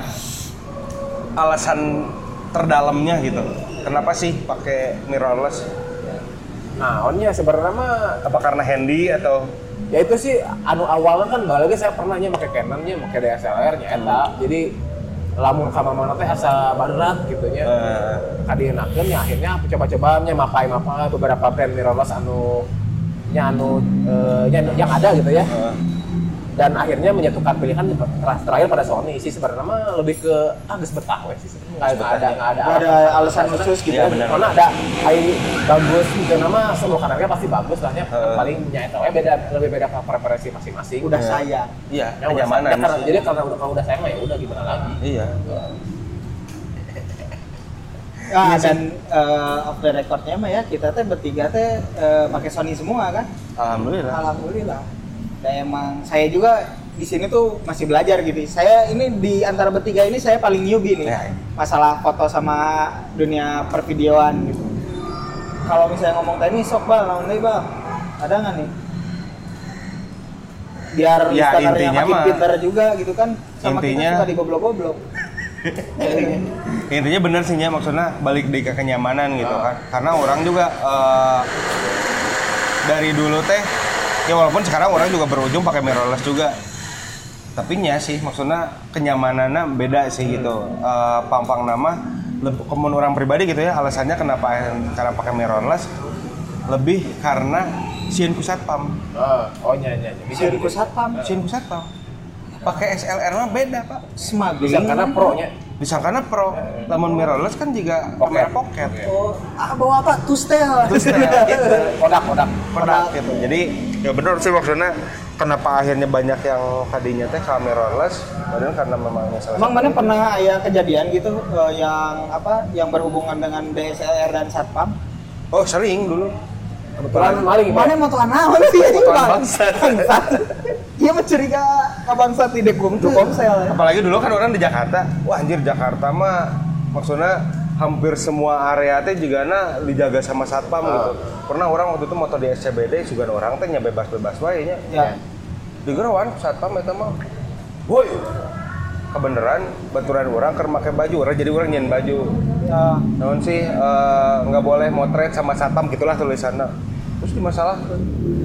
alasan terdalamnya gitu. Kenapa sih pakai mirrorless? Nah, onnya sebenarnya mah apa karena handy atau ya itu sih anu awalnya kan balik lagi saya pernah nya pakai Canon nya pakai D S L R nya eta. Hmm. Jadi lamun ka mana teh asa barat gitu nya. Uh. Kadienakeun nya akhirnya coba-coba nya mapai-mapai beberapa brand mirrorless anu nya anu uh, yang, yang ada gitu ya. Uh. Dan akhirnya menyatukan pilihan terakhir pada Sony sih sebenarnya mah lebih ke ah geus betah we sih nggak ada nggak ada ada alasan khusus gitu ya, karena ada ai bagus gitu nama semua kameranya pasti bagus lah nya uh. paling nya eta we beda lebih beda preferensi masing-masing udah uh. sayang iya ya, kenyamanan ya, karena, jadi kalau udah kalau udah sayang ya udah gimana lagi iya ah, iya dan uh, off the record-nya mah ya kita teh bertiga teh uh, pakai Sony semua kan alhamdulillah alhamdulillah. Dan emang saya juga di sini tuh masih belajar gitu. Saya ini di antara bertiga ini saya paling newbie nih. Ya. Masalah foto sama dunia pervideoan gitu. Kalau misalnya ngomong tadi sok Bang, naon deui Bang? Ada nggak nih? Biar ya, listenernya makin pintar juga gitu kan. Sama intinya, kita suka digoblok-goblok. Intinya bener sih ya maksudnya balik di ke kenyamanan gitu kan. Karena orang juga uh, dari dulu teh ya walaupun sekarang orang juga berujung pakai mirrorless juga, tapi nya sih maksudnya kenyamanannya beda sih gitu. Uh, pampang nama, komun orang pribadi gitu ya alasannya kenapa karena pakai mirrorless lebih karena sieun ku satpam. Uh, oh nya nya. Sieun ku satpam, sieun ku satpam. Pakai S L R mah beda pak. Smuggling. Bisa karena pro nya. Disangkana pro, namun mirrorless kan juga kamera pocket. Oh, ah bawa apa? Tustel. Tustel gitu. Kodak, kodak, kodak gitu. Jadi ya benar sih maksudnya kenapa akhirnya banyak yang tadinya teh kamera mirrorless, padahal karena memang salah. Emang mana pernah ya kejadian gitu uh, yang apa yang berhubungan dengan D S L R dan satpam? Oh sering dulu. Kebetulan maling. Mana motoran naon sih anjing Bang? Bangsat. Dia mencuriga ka bangsat di dekum tuh komsel. Apalagi dulu kan orang di Jakarta. Wah anjir Jakarta mah maksudnya hampir semua area teh jigana dijaga sama satpam uh. gitu. Pernah orang waktu itu motor di S C B D juga orang teh nya bebas-bebas wae nya. Ya. Digerawan satpam eta mah. Woi. Kebeneran baturan orang keur make baju, orang jadi orang nyen baju. Uh. Naon sih enggak uh, boleh motret sama satpam gitulah tulisannya. Terus dimasalahkeun.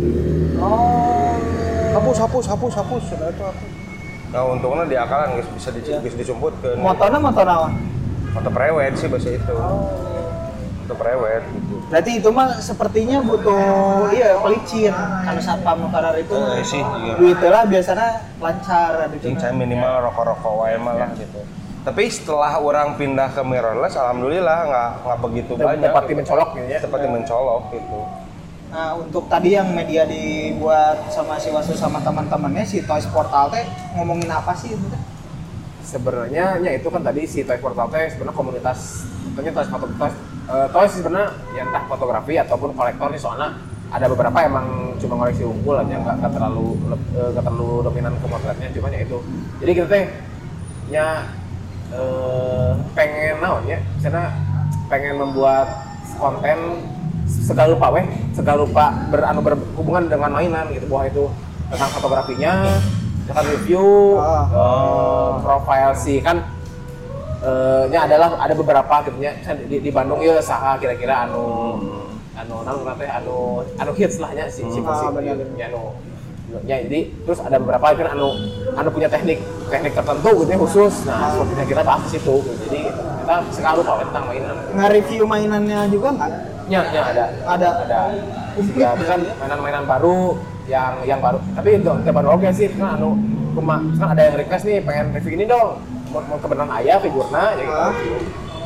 Oh. Hapus, hapus, hapus, hapus, sudah itu hapus. Nah untungnya diakalan guys bisa di, ya. Bisa disumputkeun. Motornya motor naon? Motor prewed sih bahasa itu. Oh. Motor prewed gitu. Berarti itu mah sepertinya butuh iya pelicin karena satpam motor itu. Eh, sih, iya. Duitnya biasanya lancar gitu. Saya minimal ya. Rokok-rokok wae mah lah gitu. Tapi setelah orang pindah ke mirrorless, alhamdulillah nggak nggak begitu Tem- banyak. Seperti gitu. mencolok gitu ya. Seperti ya. mencolok gitu. Nah untuk tadi yang media dibuat sama si Wasu sama teman-temannya si Toys Portal teh ngomongin apa sih itu teh? Sebenarnya ya itu kan tadi si Toys Portal teh sebenarnya komunitas tentunya Toys foto Toys uh, Toys sebenarnya ya entah fotografi ataupun kolektor nih soalnya ada beberapa emang cuma koleksi unggul aja nggak nggak terlalu nggak uh, terlalu dominan ke motretnya cuma ya itu jadi kita teh ya uh, pengen naon ya karena pengen membuat konten segala rupa weh, segala rupa beranu berhubungan dengan mainan gitu bahwa itu tentang fotografinya, tentang review, oh. uh, profile sih kan, uh, nya adalah ada beberapa gitu nya di, di Bandung ya saha kira-kira anu anu nang teh anu anu hits lah nya si si ah, nya anu ya jadi terus ada beberapa kan anu anu punya teknik teknik tertentu gitu ya khusus nah sepertinya kita bahas di situ gitu. Jadi kita segala rupa tentang mainan nge-review mainannya juga nggak? Ya, ya ada. Ada. Ada. Ya, kan mainan-mainan baru yang yang baru. Tapi itu baru oke sih, kan anu cuma kan ada yang request nih pengen review ini dong. Mau, mau kebenaran ayah figurna ya gitu. Ah.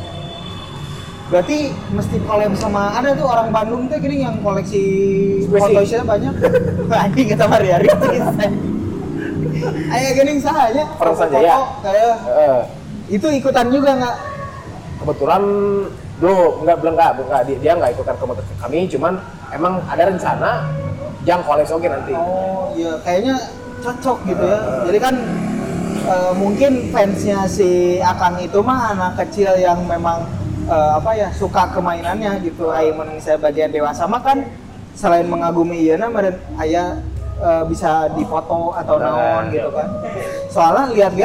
Berarti mesti collab sama ada tuh orang Bandung tuh gini yang koleksi fotonya banyak. Anjing kita mari hari. Aya geuning saha nya? Perasa Jaya. Kayak uh. Itu ikutan juga enggak? Kebetulan Duh, enggak, belum enggak, enggak, dia, dia enggak ikutan ke motor kami, cuman emang ada rencana yang koleksi oke nanti. Oh iya, kayaknya cocok gitu ya. Uh, Jadi kan uh, mungkin fansnya si Akang itu mah anak kecil yang memang uh, apa ya suka kemainannya gitu. Ayo menurut saya bagian dewasa mah kan selain mengagumi ieu na meureun aya uh, bisa difoto atau naon gitu kan. Soalnya lihat-lihat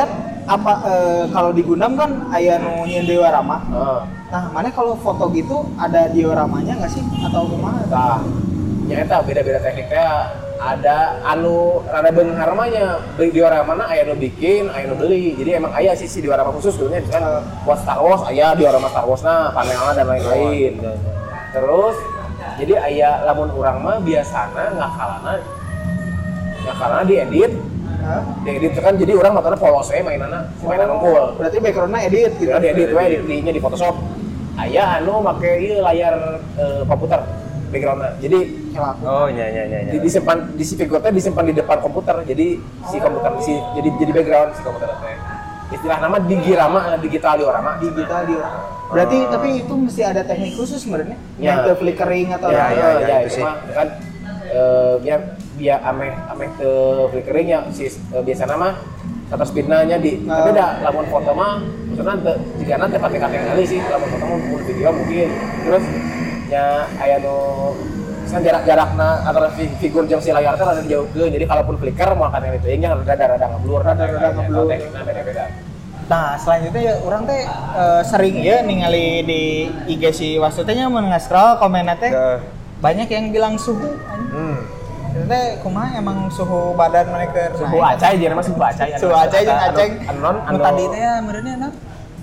apa eh, kalau di Gundam kan aya nu nyieun diorama. Heeh. Nah, mana kalau foto gitu ada dioramanya nggak sih atau gimana? Nah, nya eta beda-beda tekniknya. Ada anu rada beunghar mah nya beli diorama aya nu bikin, aya nu beli. Jadi emang aya sih si diorama khusus dulunya kan buat Star Wars aya diorama Star Wars-na, panelna dan lain-lain. Terus jadi aya lamun urang mah biasana ngakalana ngakalana diedit. Hah? Diedit kan jadi urang motorna polos we mainanna, mainan unggul. Berarti background-na edit gitu. Ya diedit we di nya di Photoshop. Aya anu make ieu layar uh, komputer background-nya. Jadi oh iya iya iya. Di, disimpan di si figurnya disimpan di depan komputer. Jadi si komputer si jadi jadi background si komputer teh. Istilah nama digirama, digital diorama. Digital diorama. Berarti oh. Tapi itu mesti ada teknik khusus sebenarnya. Ya. Yang ke flickering atau ya, apa? Ya, ya, ya, itu sih. Kan eh biar biar ameh ameh ke flickeringnya si uh, biasa nama shutter speed-nya di uh. Tapi dah lamun foto mah maksudnya teu jika nanti pakai kategori sih lamun foto mah mungkin video mungkin. Terus nya aya nu kan jarak-jarakna antara figur jeung si layar teh rada dijauhkeun. Jadi kalaupun flicker moal kana itu nya rada-rada ngeblur, rada-rada ngeblur. Beda-beda. Nah, selanjutnya ya orang teh uh, sering ya ningali di I G si Wastu teh nya mun nge-scroll komenna teh banyak yang bilang suhu. Hmm. Itu teh kumaha emang suhu badan mereka suhu acai dia mah suhu acai. Suhu acai jeung aceng. Anon anu tadi teh ya meureunnya na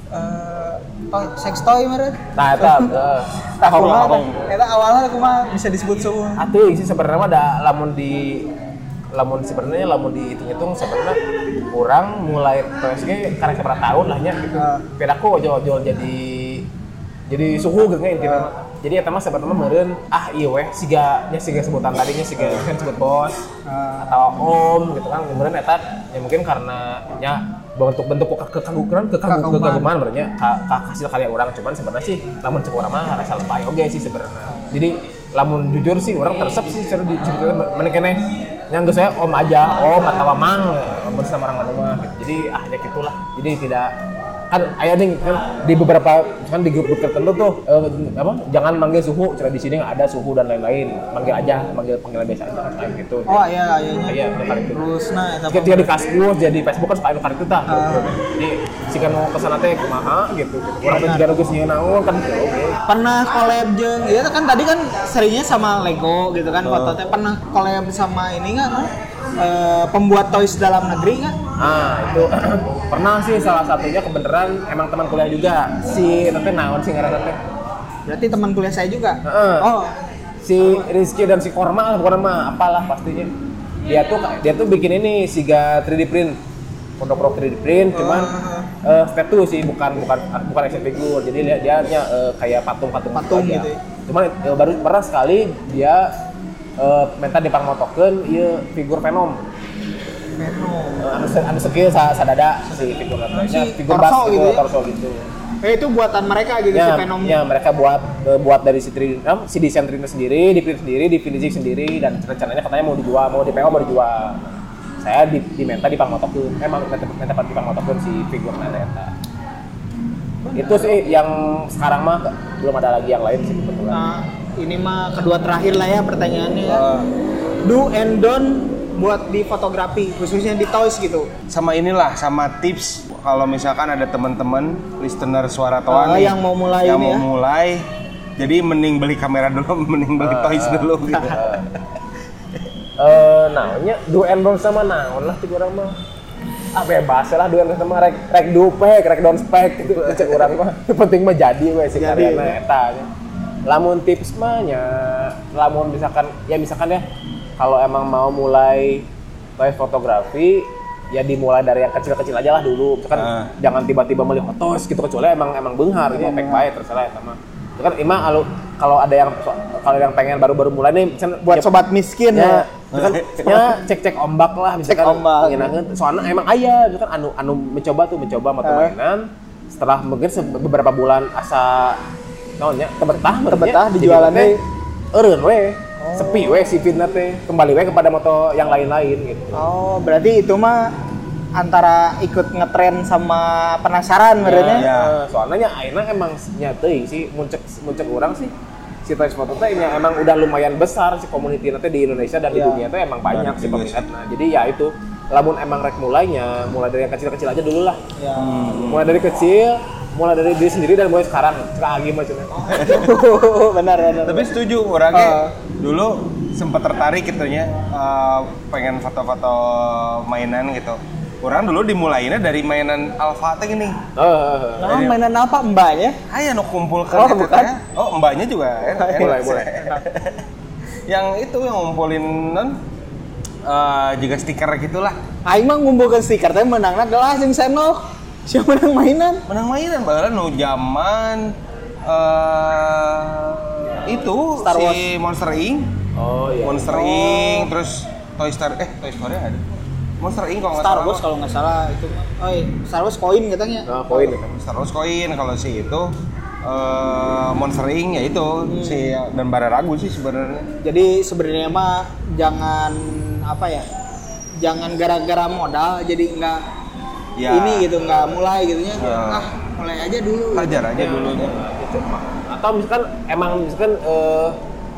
eh toy sex toy meureun. Tah eta heeh. Tah kumaha eta awalnya kumaha bisa disebut suhu. Atuh sih sebenarnya mah da lamun di lamun sebenarnya lamun dihitung-hitung sebenarnya kurang mulai P S G karena seberapa tahun lah nya gitu. Bedaku ojol-ojol jadi jadi suhu geus intina mah. Jadi eta mah sebenarnya meureun ah ieu weh siga nya siga sebutan tadinya siga kan sebut bos atau om gitu kan meureun eta ya mungkin karena nya bentuk-bentuk kekaguman kekaguman berarti ka hasil karya orang cuman sebenarnya sih lamun cek urang mah rasa lebay oge sih sebenarnya. Jadi lamun jujur sih orang tersep sih secara diceritakan mana keneh yang geus saya om aja om atau mang mun sama orang mah gitu. Jadi ah ya gitulah. Jadi tidak kan aya nih kan di beberapa kan di grup-grup tertentu tuh eh, apa jangan manggil suhu cara di sini nggak ada suhu dan lain-lain manggil aja manggil panggilan biasa aja kan gitu. Oh iya iya iya kali itu terus nah eta ketika di kaskus jadi Facebook kan suka kali itu tah uh. Jadi sika nu kesana teh kumaha gitu orang teh juga geus nyieun naon kan oke pernah collab jeung ieu kan tadi kan seringnya sama Lego gitu kan foto teh pernah collab sama ini enggak kan Uh, pembuat toys dalam negeri nggak? Ah itu pernah sih salah satunya kebenaran emang teman kuliah juga si nanti naon sih ngaranna teh. Berarti teman kuliah saya juga. Uh, oh si Rizky dan si Korma lah bukan mah apalah pastinya. Dia tuh dia tuh bikin ini siga tiga D print, produk-produk tiga D print, uh, cuman uh, step tuh sih bukan bukan bukan action figure. Jadi dia dia nya uh, kayak patung-patung patung gitu. Ya. Cuman uh, baru pernah sekali dia Uh, minta dipangmotokeun ieu figur Venom. Venom. Uh, anu anu sekil sa sadada si figur namanya figur torso gitu, ya? torso gitu. Eh itu buatan mereka gitu ya, si Venom. Ya, mereka buat uh, buat dari si tiga D, um, si desain tiga D sendiri, di print sendiri, di finishing sendiri dan rencananya katanya mau dijual, mau di P O mau dijual. Saya di diminta dipangmotokeun. Emang minta minta dipangmotokeun si figur eta. Itu sih yang sekarang mah belum ada lagi yang lain sih kebetulan. Nah, ini mah kedua terakhir lah ya pertanyaannya ya. Uh, do and don't buat di fotografi khususnya di toys gitu. Sama inilah sama tips kalau misalkan ada teman-teman listener suara toa uh, nih yang mau mulai yang ini mau ya. mulai. Jadi mending beli kamera dulu, mending beli uh, toys dulu gitu. Eh uh, naonnya do and don't sama naon lah tiga orang mah. Ah bebas lah do and don't sama rek rek dupek, rek down spek gitu cek urang mah. Penting mah jadi we si karyana eta nya. Lamun tips mah nya lamun misalkan ya misalkan ya kalau emang mau mulai toys fotografi ya dimulai dari yang kecil-kecil aja lah dulu misalkan uh. jangan tiba-tiba beli fotos gitu kecuali emang emang beunghar ya pek bae terserah eta mah itu kan emang kalau kalau ada yang kalau yang pengen baru-baru mulai nih misalkan buat ya, sobat miskin ya, ya kan ya cek-cek ombak lah misalkan cek ombak nginakeun soalnya emang aya misalkan anu anu mencoba tuh mencoba motor uh. mainan setelah mungkin beberapa bulan asa naonnya tebetah tebetah dijualannya eureun we sepi we si fitna teh kembali we kepada moto yang lain-lain gitu. Oh, berarti itu mah antara ikut ngetren sama penasaran merenya. Ya, ya. Soalnya ayeuna emang nya teuing sih muncul muncul urang sih si toys foto teh nya emang udah lumayan besar si community teh di Indonesia dan ya. Di dunia teh emang banyak sih peminatna. Jadi ya itu lamun emang rek mulainya, mulai dari yang kecil-kecil aja dulu lah. Ya. Hmm. Mulai dari kecil, mulai dari diri sendiri dan mulai sekarang. Cek agi macamnya. Benar, benar. Tapi setuju orangnya Uh. dulu sempat tertarik gitu nya uh, pengen foto-foto mainan gitu. Orang dulu dimulainya dari mainan Alpha teh gini. Oh, Nah, mainan apa mbaknya? Aya nu kumpulkan Oh, eta bukan. teh. Oh, mbaknya juga ya. Mulai, mulai. Yang itu yang ngumpulin non uh, juga stiker gitulah. Aing mah ngumpulkeun stiker teh menangna gelas jeung sendok. Siapa menang mainan? Menang mainan baheula nu zaman uh, itu Star si Wars. Monster Incorporated. Oh iya. Monster Oh. Incorporated terus Toy Story eh Toy Story ada. Monster Incorporated kalau nggak Star salah. Wars kalau nggak salah itu mah. Oh, iya. Star Wars koin katanya. Nah, poin. Star Wars Coin kalau si itu uh, Monster Incorporated ya itu Hmm. si dan bara ragu sih sebenarnya. Jadi sebenarnya mah jangan apa ya? Jangan gara-gara modal jadi nggak Ya. ini gitu, nggak mulai gitunya. Ya. Ah, mulai aja dulu. Belajar aja Ya, dulunya. gitu. Atau misalkan emang misalkan eh,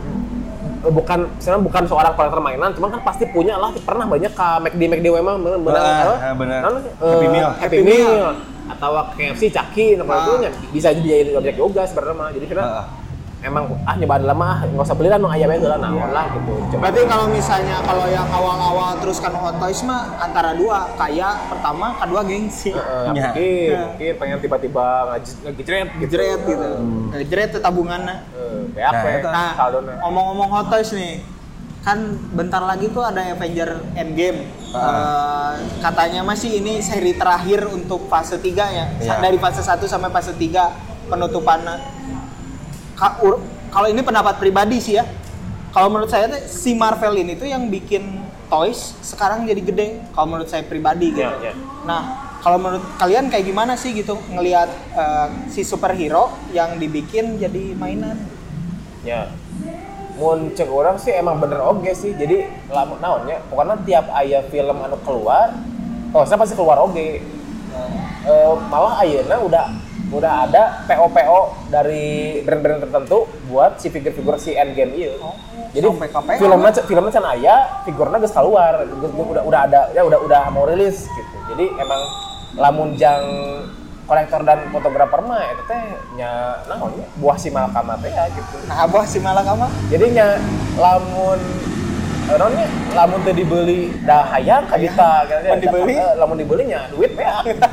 bukan misalnya bukan seorang kolektor mainan, cuman kan pasti punya lah, pernah banyak ke McD McD memang benar benar Ah, benar. Happy Meal. Happy Meal atau K F C Caki apa itu nya bisa jadi objek yoga sebenarnya mah. Jadi kita Ah. emang ah nyobaan lama ah nggak usah beli lah nu aya bae heula naon lah gitu. Coba. Berarti kalau misalnya kalau yang awal-awal terus kan Hot Toys mah antara dua, kaya pertama, kedua gengsi. Eh, Ya. mungkin, Ya. mungkin pengen tiba-tiba ngaj- ngejret gitu. Ngejret gitu. Ngejret tuh tabungannya. Eh, kayak apa? Nah, ya? itu. Nah, Saldona. ngomong-ngomong Hot Toys nih, kan bentar lagi tuh ada Avenger Endgame. Eh, katanya masih ini seri terakhir untuk fase tiga ya. Iya. Dari fase satu sampai fase tiga penutupannya. Ka- ur- Kalau ini pendapat pribadi sih ya. Kalau menurut saya tuh, si Marvel ini tuh yang bikin toys sekarang jadi gede. Kalau menurut saya pribadi gitu. Iya, iya. Nah, kalau menurut kalian kayak gimana sih gitu ngelihat eh, si superhero yang dibikin jadi mainan? Ya, mun cek orang sih emang bener oge sih. Jadi lamun naonnya, pokoknya tiap aya film anu keluar, oh saya pasti keluar oge. Eh, malah ayeuna udah udah ada P O P O dari brand-brand tertentu buat si figur-figur si Endgame ieu. Jadi sampai K P O. filmnya filmnya can aya, figurnya geus keluar, geus udah udah ada ya udah udah mau rilis gitu. Jadi emang lamun jang kolektor dan fotografer mah eta teh nya naon ya buah si malakama teh ya gitu. Nah, abah si malakama. Jadi nya lamun eh, naonnya lamun teu dibeli dah hayang ka kita gitu. Mun dibeli? Eh, lamun dibelinya duit beak gitu.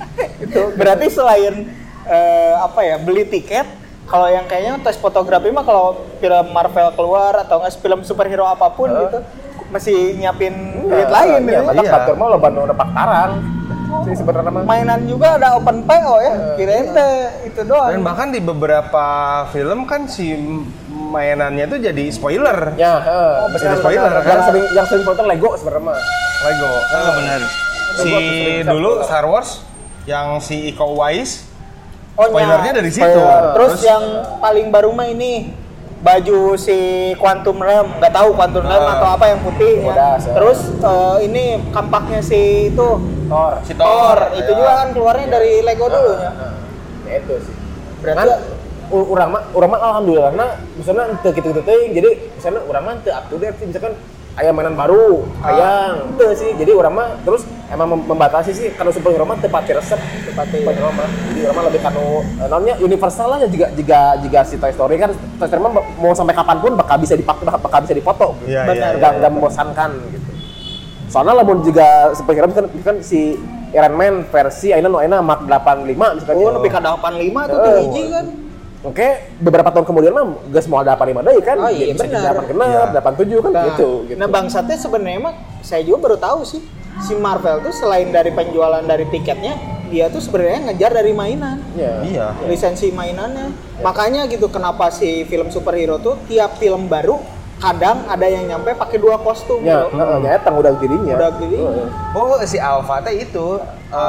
Itu berarti selain eh, apa ya beli tiket, kalau yang kayaknya tes fotografi mah kalau film Marvel keluar atau nggak film superhero apapun Uh. gitu masih nyiapin duit lain ya, gitu. mata Iya. batur mah loba nu nepak tarang. Sih sebenarnya mah. Mainan juga ada open P O ya, kirain teh itu doang. Dan bahkan di beberapa film kan si mainannya tuh jadi spoiler. Ya, heeh. Oh, bisa spoiler, Yang kan? sering yang sering foto Lego sebenarnya mah. Lego. Ah, benar. Si Lego tuh sering dulu spoiler. Star Wars yang si Iko Uwais Oh, spoilernya nya. dari situ. Spoiler. Terus, Terus- yang paling baru mah ini baju si Quantum Realm, nggak tahu Quantum Realm Ah. atau apa yang putih. Ya. Bodas, ya. Terus eh, ini kampaknya si itu Thor. Si Thor, Thor, itu ya. juga kan keluarnya dari Lego dulu ya. Ya itu sih. Berarti Kan u- urang mah urang mah alhamdulillah na misalnya teu kitu-kitu teuing. Jadi misalnya urang mah teu up to date sih, misalkan aya mainan baru, hayang teu sih. Jadi urang mah terus emang mem- membatasi sih karena superhero mah teu pati resep, teu pati superhero mah. Jadi urang mah lebih kanu eh, naonnya universal lah juga jika jika si Toy Story kan Toy Story mah mau sampai kapanpun bakal bisa dipakai bakal bisa dipoto. Gitu. Iya, Benar. iya, Nggak iya. nggak membosankan gitu. Soalnya lamun juga superhero kan, kan si Iron Man versi ayeuna nu ayeuna Mark delapan puluh lima misalkan. oh ya. lebih ke delapan puluh lima tuh Eh, tuh hiji kan. Oke, beberapa tahun kemudian mah geus moal delapan puluh lima deui kan. Oh, iya, Bisa jadi benar. delapan genep, Iya. delapan puluh tujuh kan Nah, gitu gitu. nah bangsatnya sebenarnya mah saya juga baru tahu sih si Marvel tuh selain dari penjualan dari tiketnya, dia tuh sebenarnya ngejar dari mainan. Iya. Iya. Lisensi mainannya. Makanya gitu kenapa si film superhero tuh tiap film baru kadang ada yang nyampe pakai dua kostum. Ya, bro. heeh, nya etang udah dirinya. Udah gini. Oh, si Alpha teh itu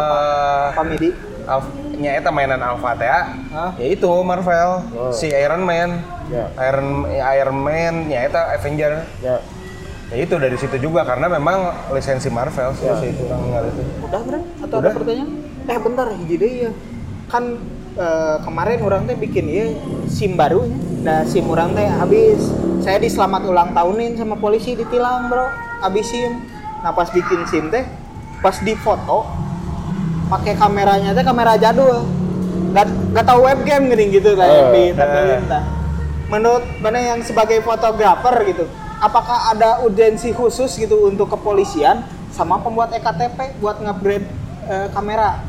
eh Komedi. Alpha, nya eta mainan Alpha teh ya. Hah? Ya itu Marvel, Oh. si Iron Man. Ya. Iron Iron Man nya eta Avenger. Ya. Ya itu dari situ juga karena memang lisensi Marvel sih Ya. si itu orang nggak itu. Udah, Bro? Atau Udah. ada pertanyaan? Eh, bentar, hiji deui ya. Kan eh, kemarin orang teh bikin ieu SIM baru nya. Nah, SIM orang teh habis. Saya diselamat ulang tahunin sama polisi ditilang, Bro. Habis SIM. Nah pas bikin SIM teh, pas difoto pakai kameranya teh kamera jadul. Gak, gak tahu webcam gini gitu lah yang ditampilin tah. Menurut mana yang sebagai fotografer gitu, apakah ada urgensi khusus gitu untuk kepolisian sama pembuat E K T P buat nge-upgrade uh, kamera?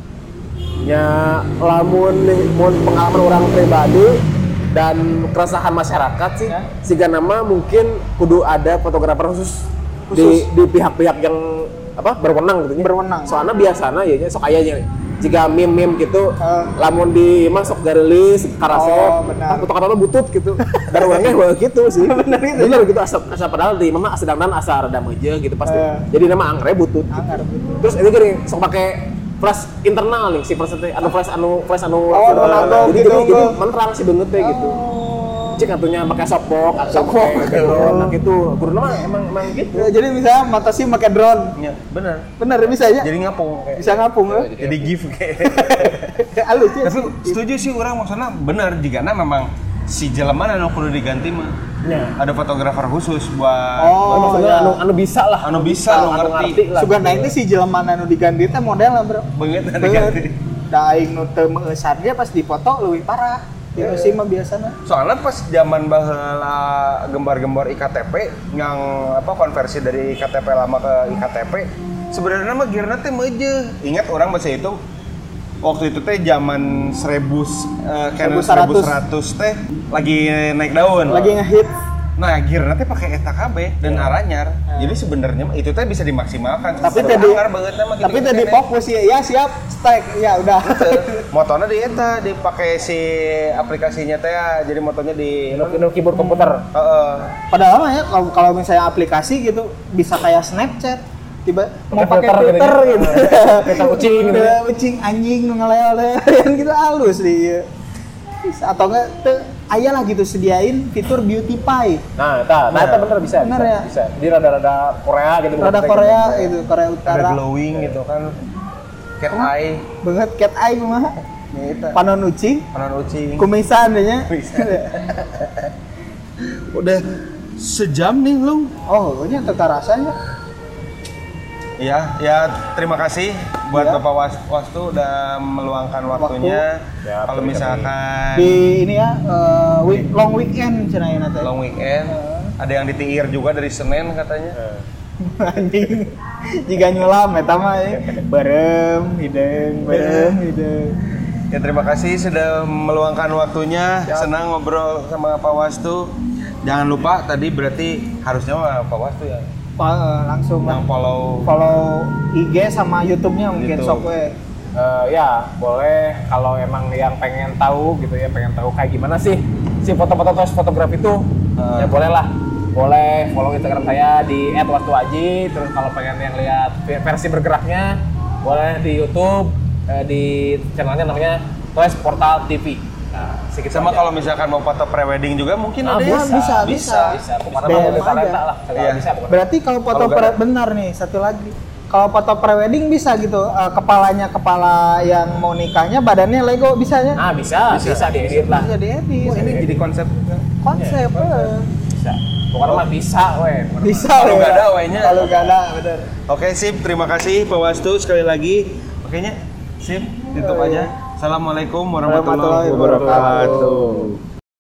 Ya lamun mun pengalaman orang pribadi dan keresahan masyarakat sih, ya. Siga nama mungkin kudu ada fotografer khusus, khusus. di di pihak-pihak yang apa berwenang gitu. Berwenang. Soalnya biasanya ya sok aya nya jika meme-meme gitu, uh. lamun di masuk garilis, karasep, oh, ah foto kamera butut gitu. Dan orangnya gue gitu sih. Bener gitu. Bener gitu asa asa padahal di mama sedangkan asa rada meuje gitu pasti. Uh. Jadi nama angre butut. Angre gitu. butut. Terus ini gini sok pakai flash internal nih si flash anu flash anu flash anu oh, gitu. Jadi gitu, jadi jadi menerang si beungeut teh gitu. Cik atunya pakai softbox atau pakai drone gitu. Guru nama emang emang gitu. Ya, jadi misalnya mata sih pakai drone. Iya, benar. Benar bisa aja. Jadi ngapung. Bisa ngapung ya. Jadi gift kayak. Halus ya. Tapi setuju sih orang maksudnya benar jigana memang si jelema anu kudu diganti mah. Ya. Ada fotografer khusus buat oh, maksudnya ya. anu anu bisa lah. Anu bisa anu ngerti. Sugan naik teh si jelema anu diganti teh model lah, Bro. Beungeut anu diganti. Da aing nu teu meuesan ge pas dipoto leuwih parah. Ya sih mah biasanya. Soalnya pas zaman baheula gembar-gembar I K T P yang apa konversi dari I K T P lama ke I K T P, sebenarnya mah gearna teh meuje. Ingat orang bahasa itu waktu itu teh zaman seribu uh, Canon seribu seratus teh lagi naik daun. Lagi ngehit. Nah, gearna teh pakai eta kabeh dan aranyar. Hmm. Jadi sebenarnya itu teh bisa dimaksimalkan. Tapi tadi tapi tadi fokus ya, ya siap, strike, ya udah. Motornya di eta dipakai si aplikasinya teh ya. Jadi motornya di no keyboard komputer. Heeh. Uh, Padahal mah ya kalau kalau misalnya aplikasi gitu bisa kayak Snapchat. Tiba mau pakai filter gitu. Filter kucing gitu. Kucing anjing nu ngalel-lel gitu halus di. Atau enggak tuh aya lah gitu sediain fitur beauty pie. Nah, nah, nah, itu bener bisa, bener bisa, ya? bisa. Jadi rada-rada Korea gitu. Rada Korea gitu, Korea Utara. Ada glowing gitu kan. Cat oh, eye. Banget cat eye mah. Gitu. Panon ucing. Panon ucing. Kumisan deh nya. Udah sejam nih lu. Oh, ini tata rasanya. Iya, ya terima kasih buat ya. Bapak Was Wastu udah meluangkan waktunya. Waktu. Ya, kalau misalkan di ini ya uh, week, long weekend cenah teh. Long weekend. Uh. Ada yang ditiir juga dari Senin katanya. Anjing. Jika nyulam eta mah ya. Barem, hideung, barem, hideung. Ya terima kasih sudah meluangkan waktunya. Ya. Senang ngobrol sama Pak Wastu. Jangan lupa tadi berarti harusnya Pak Wastu ya. Langsung yang follow follow I G sama YouTube-nya mungkin YouTube. sok we. Uh, ya boleh kalau emang yang pengen tahu gitu ya, pengen tahu kayak gimana sih si foto-foto terus fotografi itu uh. ya boleh lah, boleh follow Instagram saya di et wastuaji. Terus kalau pengen yang lihat versi bergeraknya boleh di YouTube uh, di channelnya namanya Toys Portal T V. Nah, sama kalau misalkan mau foto prewedding juga mungkin ah, ada bisa, bisa, bisa, bisa. Kemana-mana boleh talenta lah. Iya. Bisa. Berarti kalau foto pre- benar nih satu lagi. Kalau foto prewedding bisa gitu, uh, kepalanya kepala yang mau nikahnya, badannya Lego bisanya? Ah bisa, bisa, bisa diedit lah. Bisa diedit. Oh, ini jadi konsep konsep. Ya, eh. Bisa. Pokoknya mah bisa, weh. Bisa. Kalau nggak ada, wehnya. Kalau nggak ada, benar. Oke sip, terima kasih Pak Wastu sekali lagi. Okenya, sip, tutup aja. Assalamualaikum warahmatullahi wabarakatuh.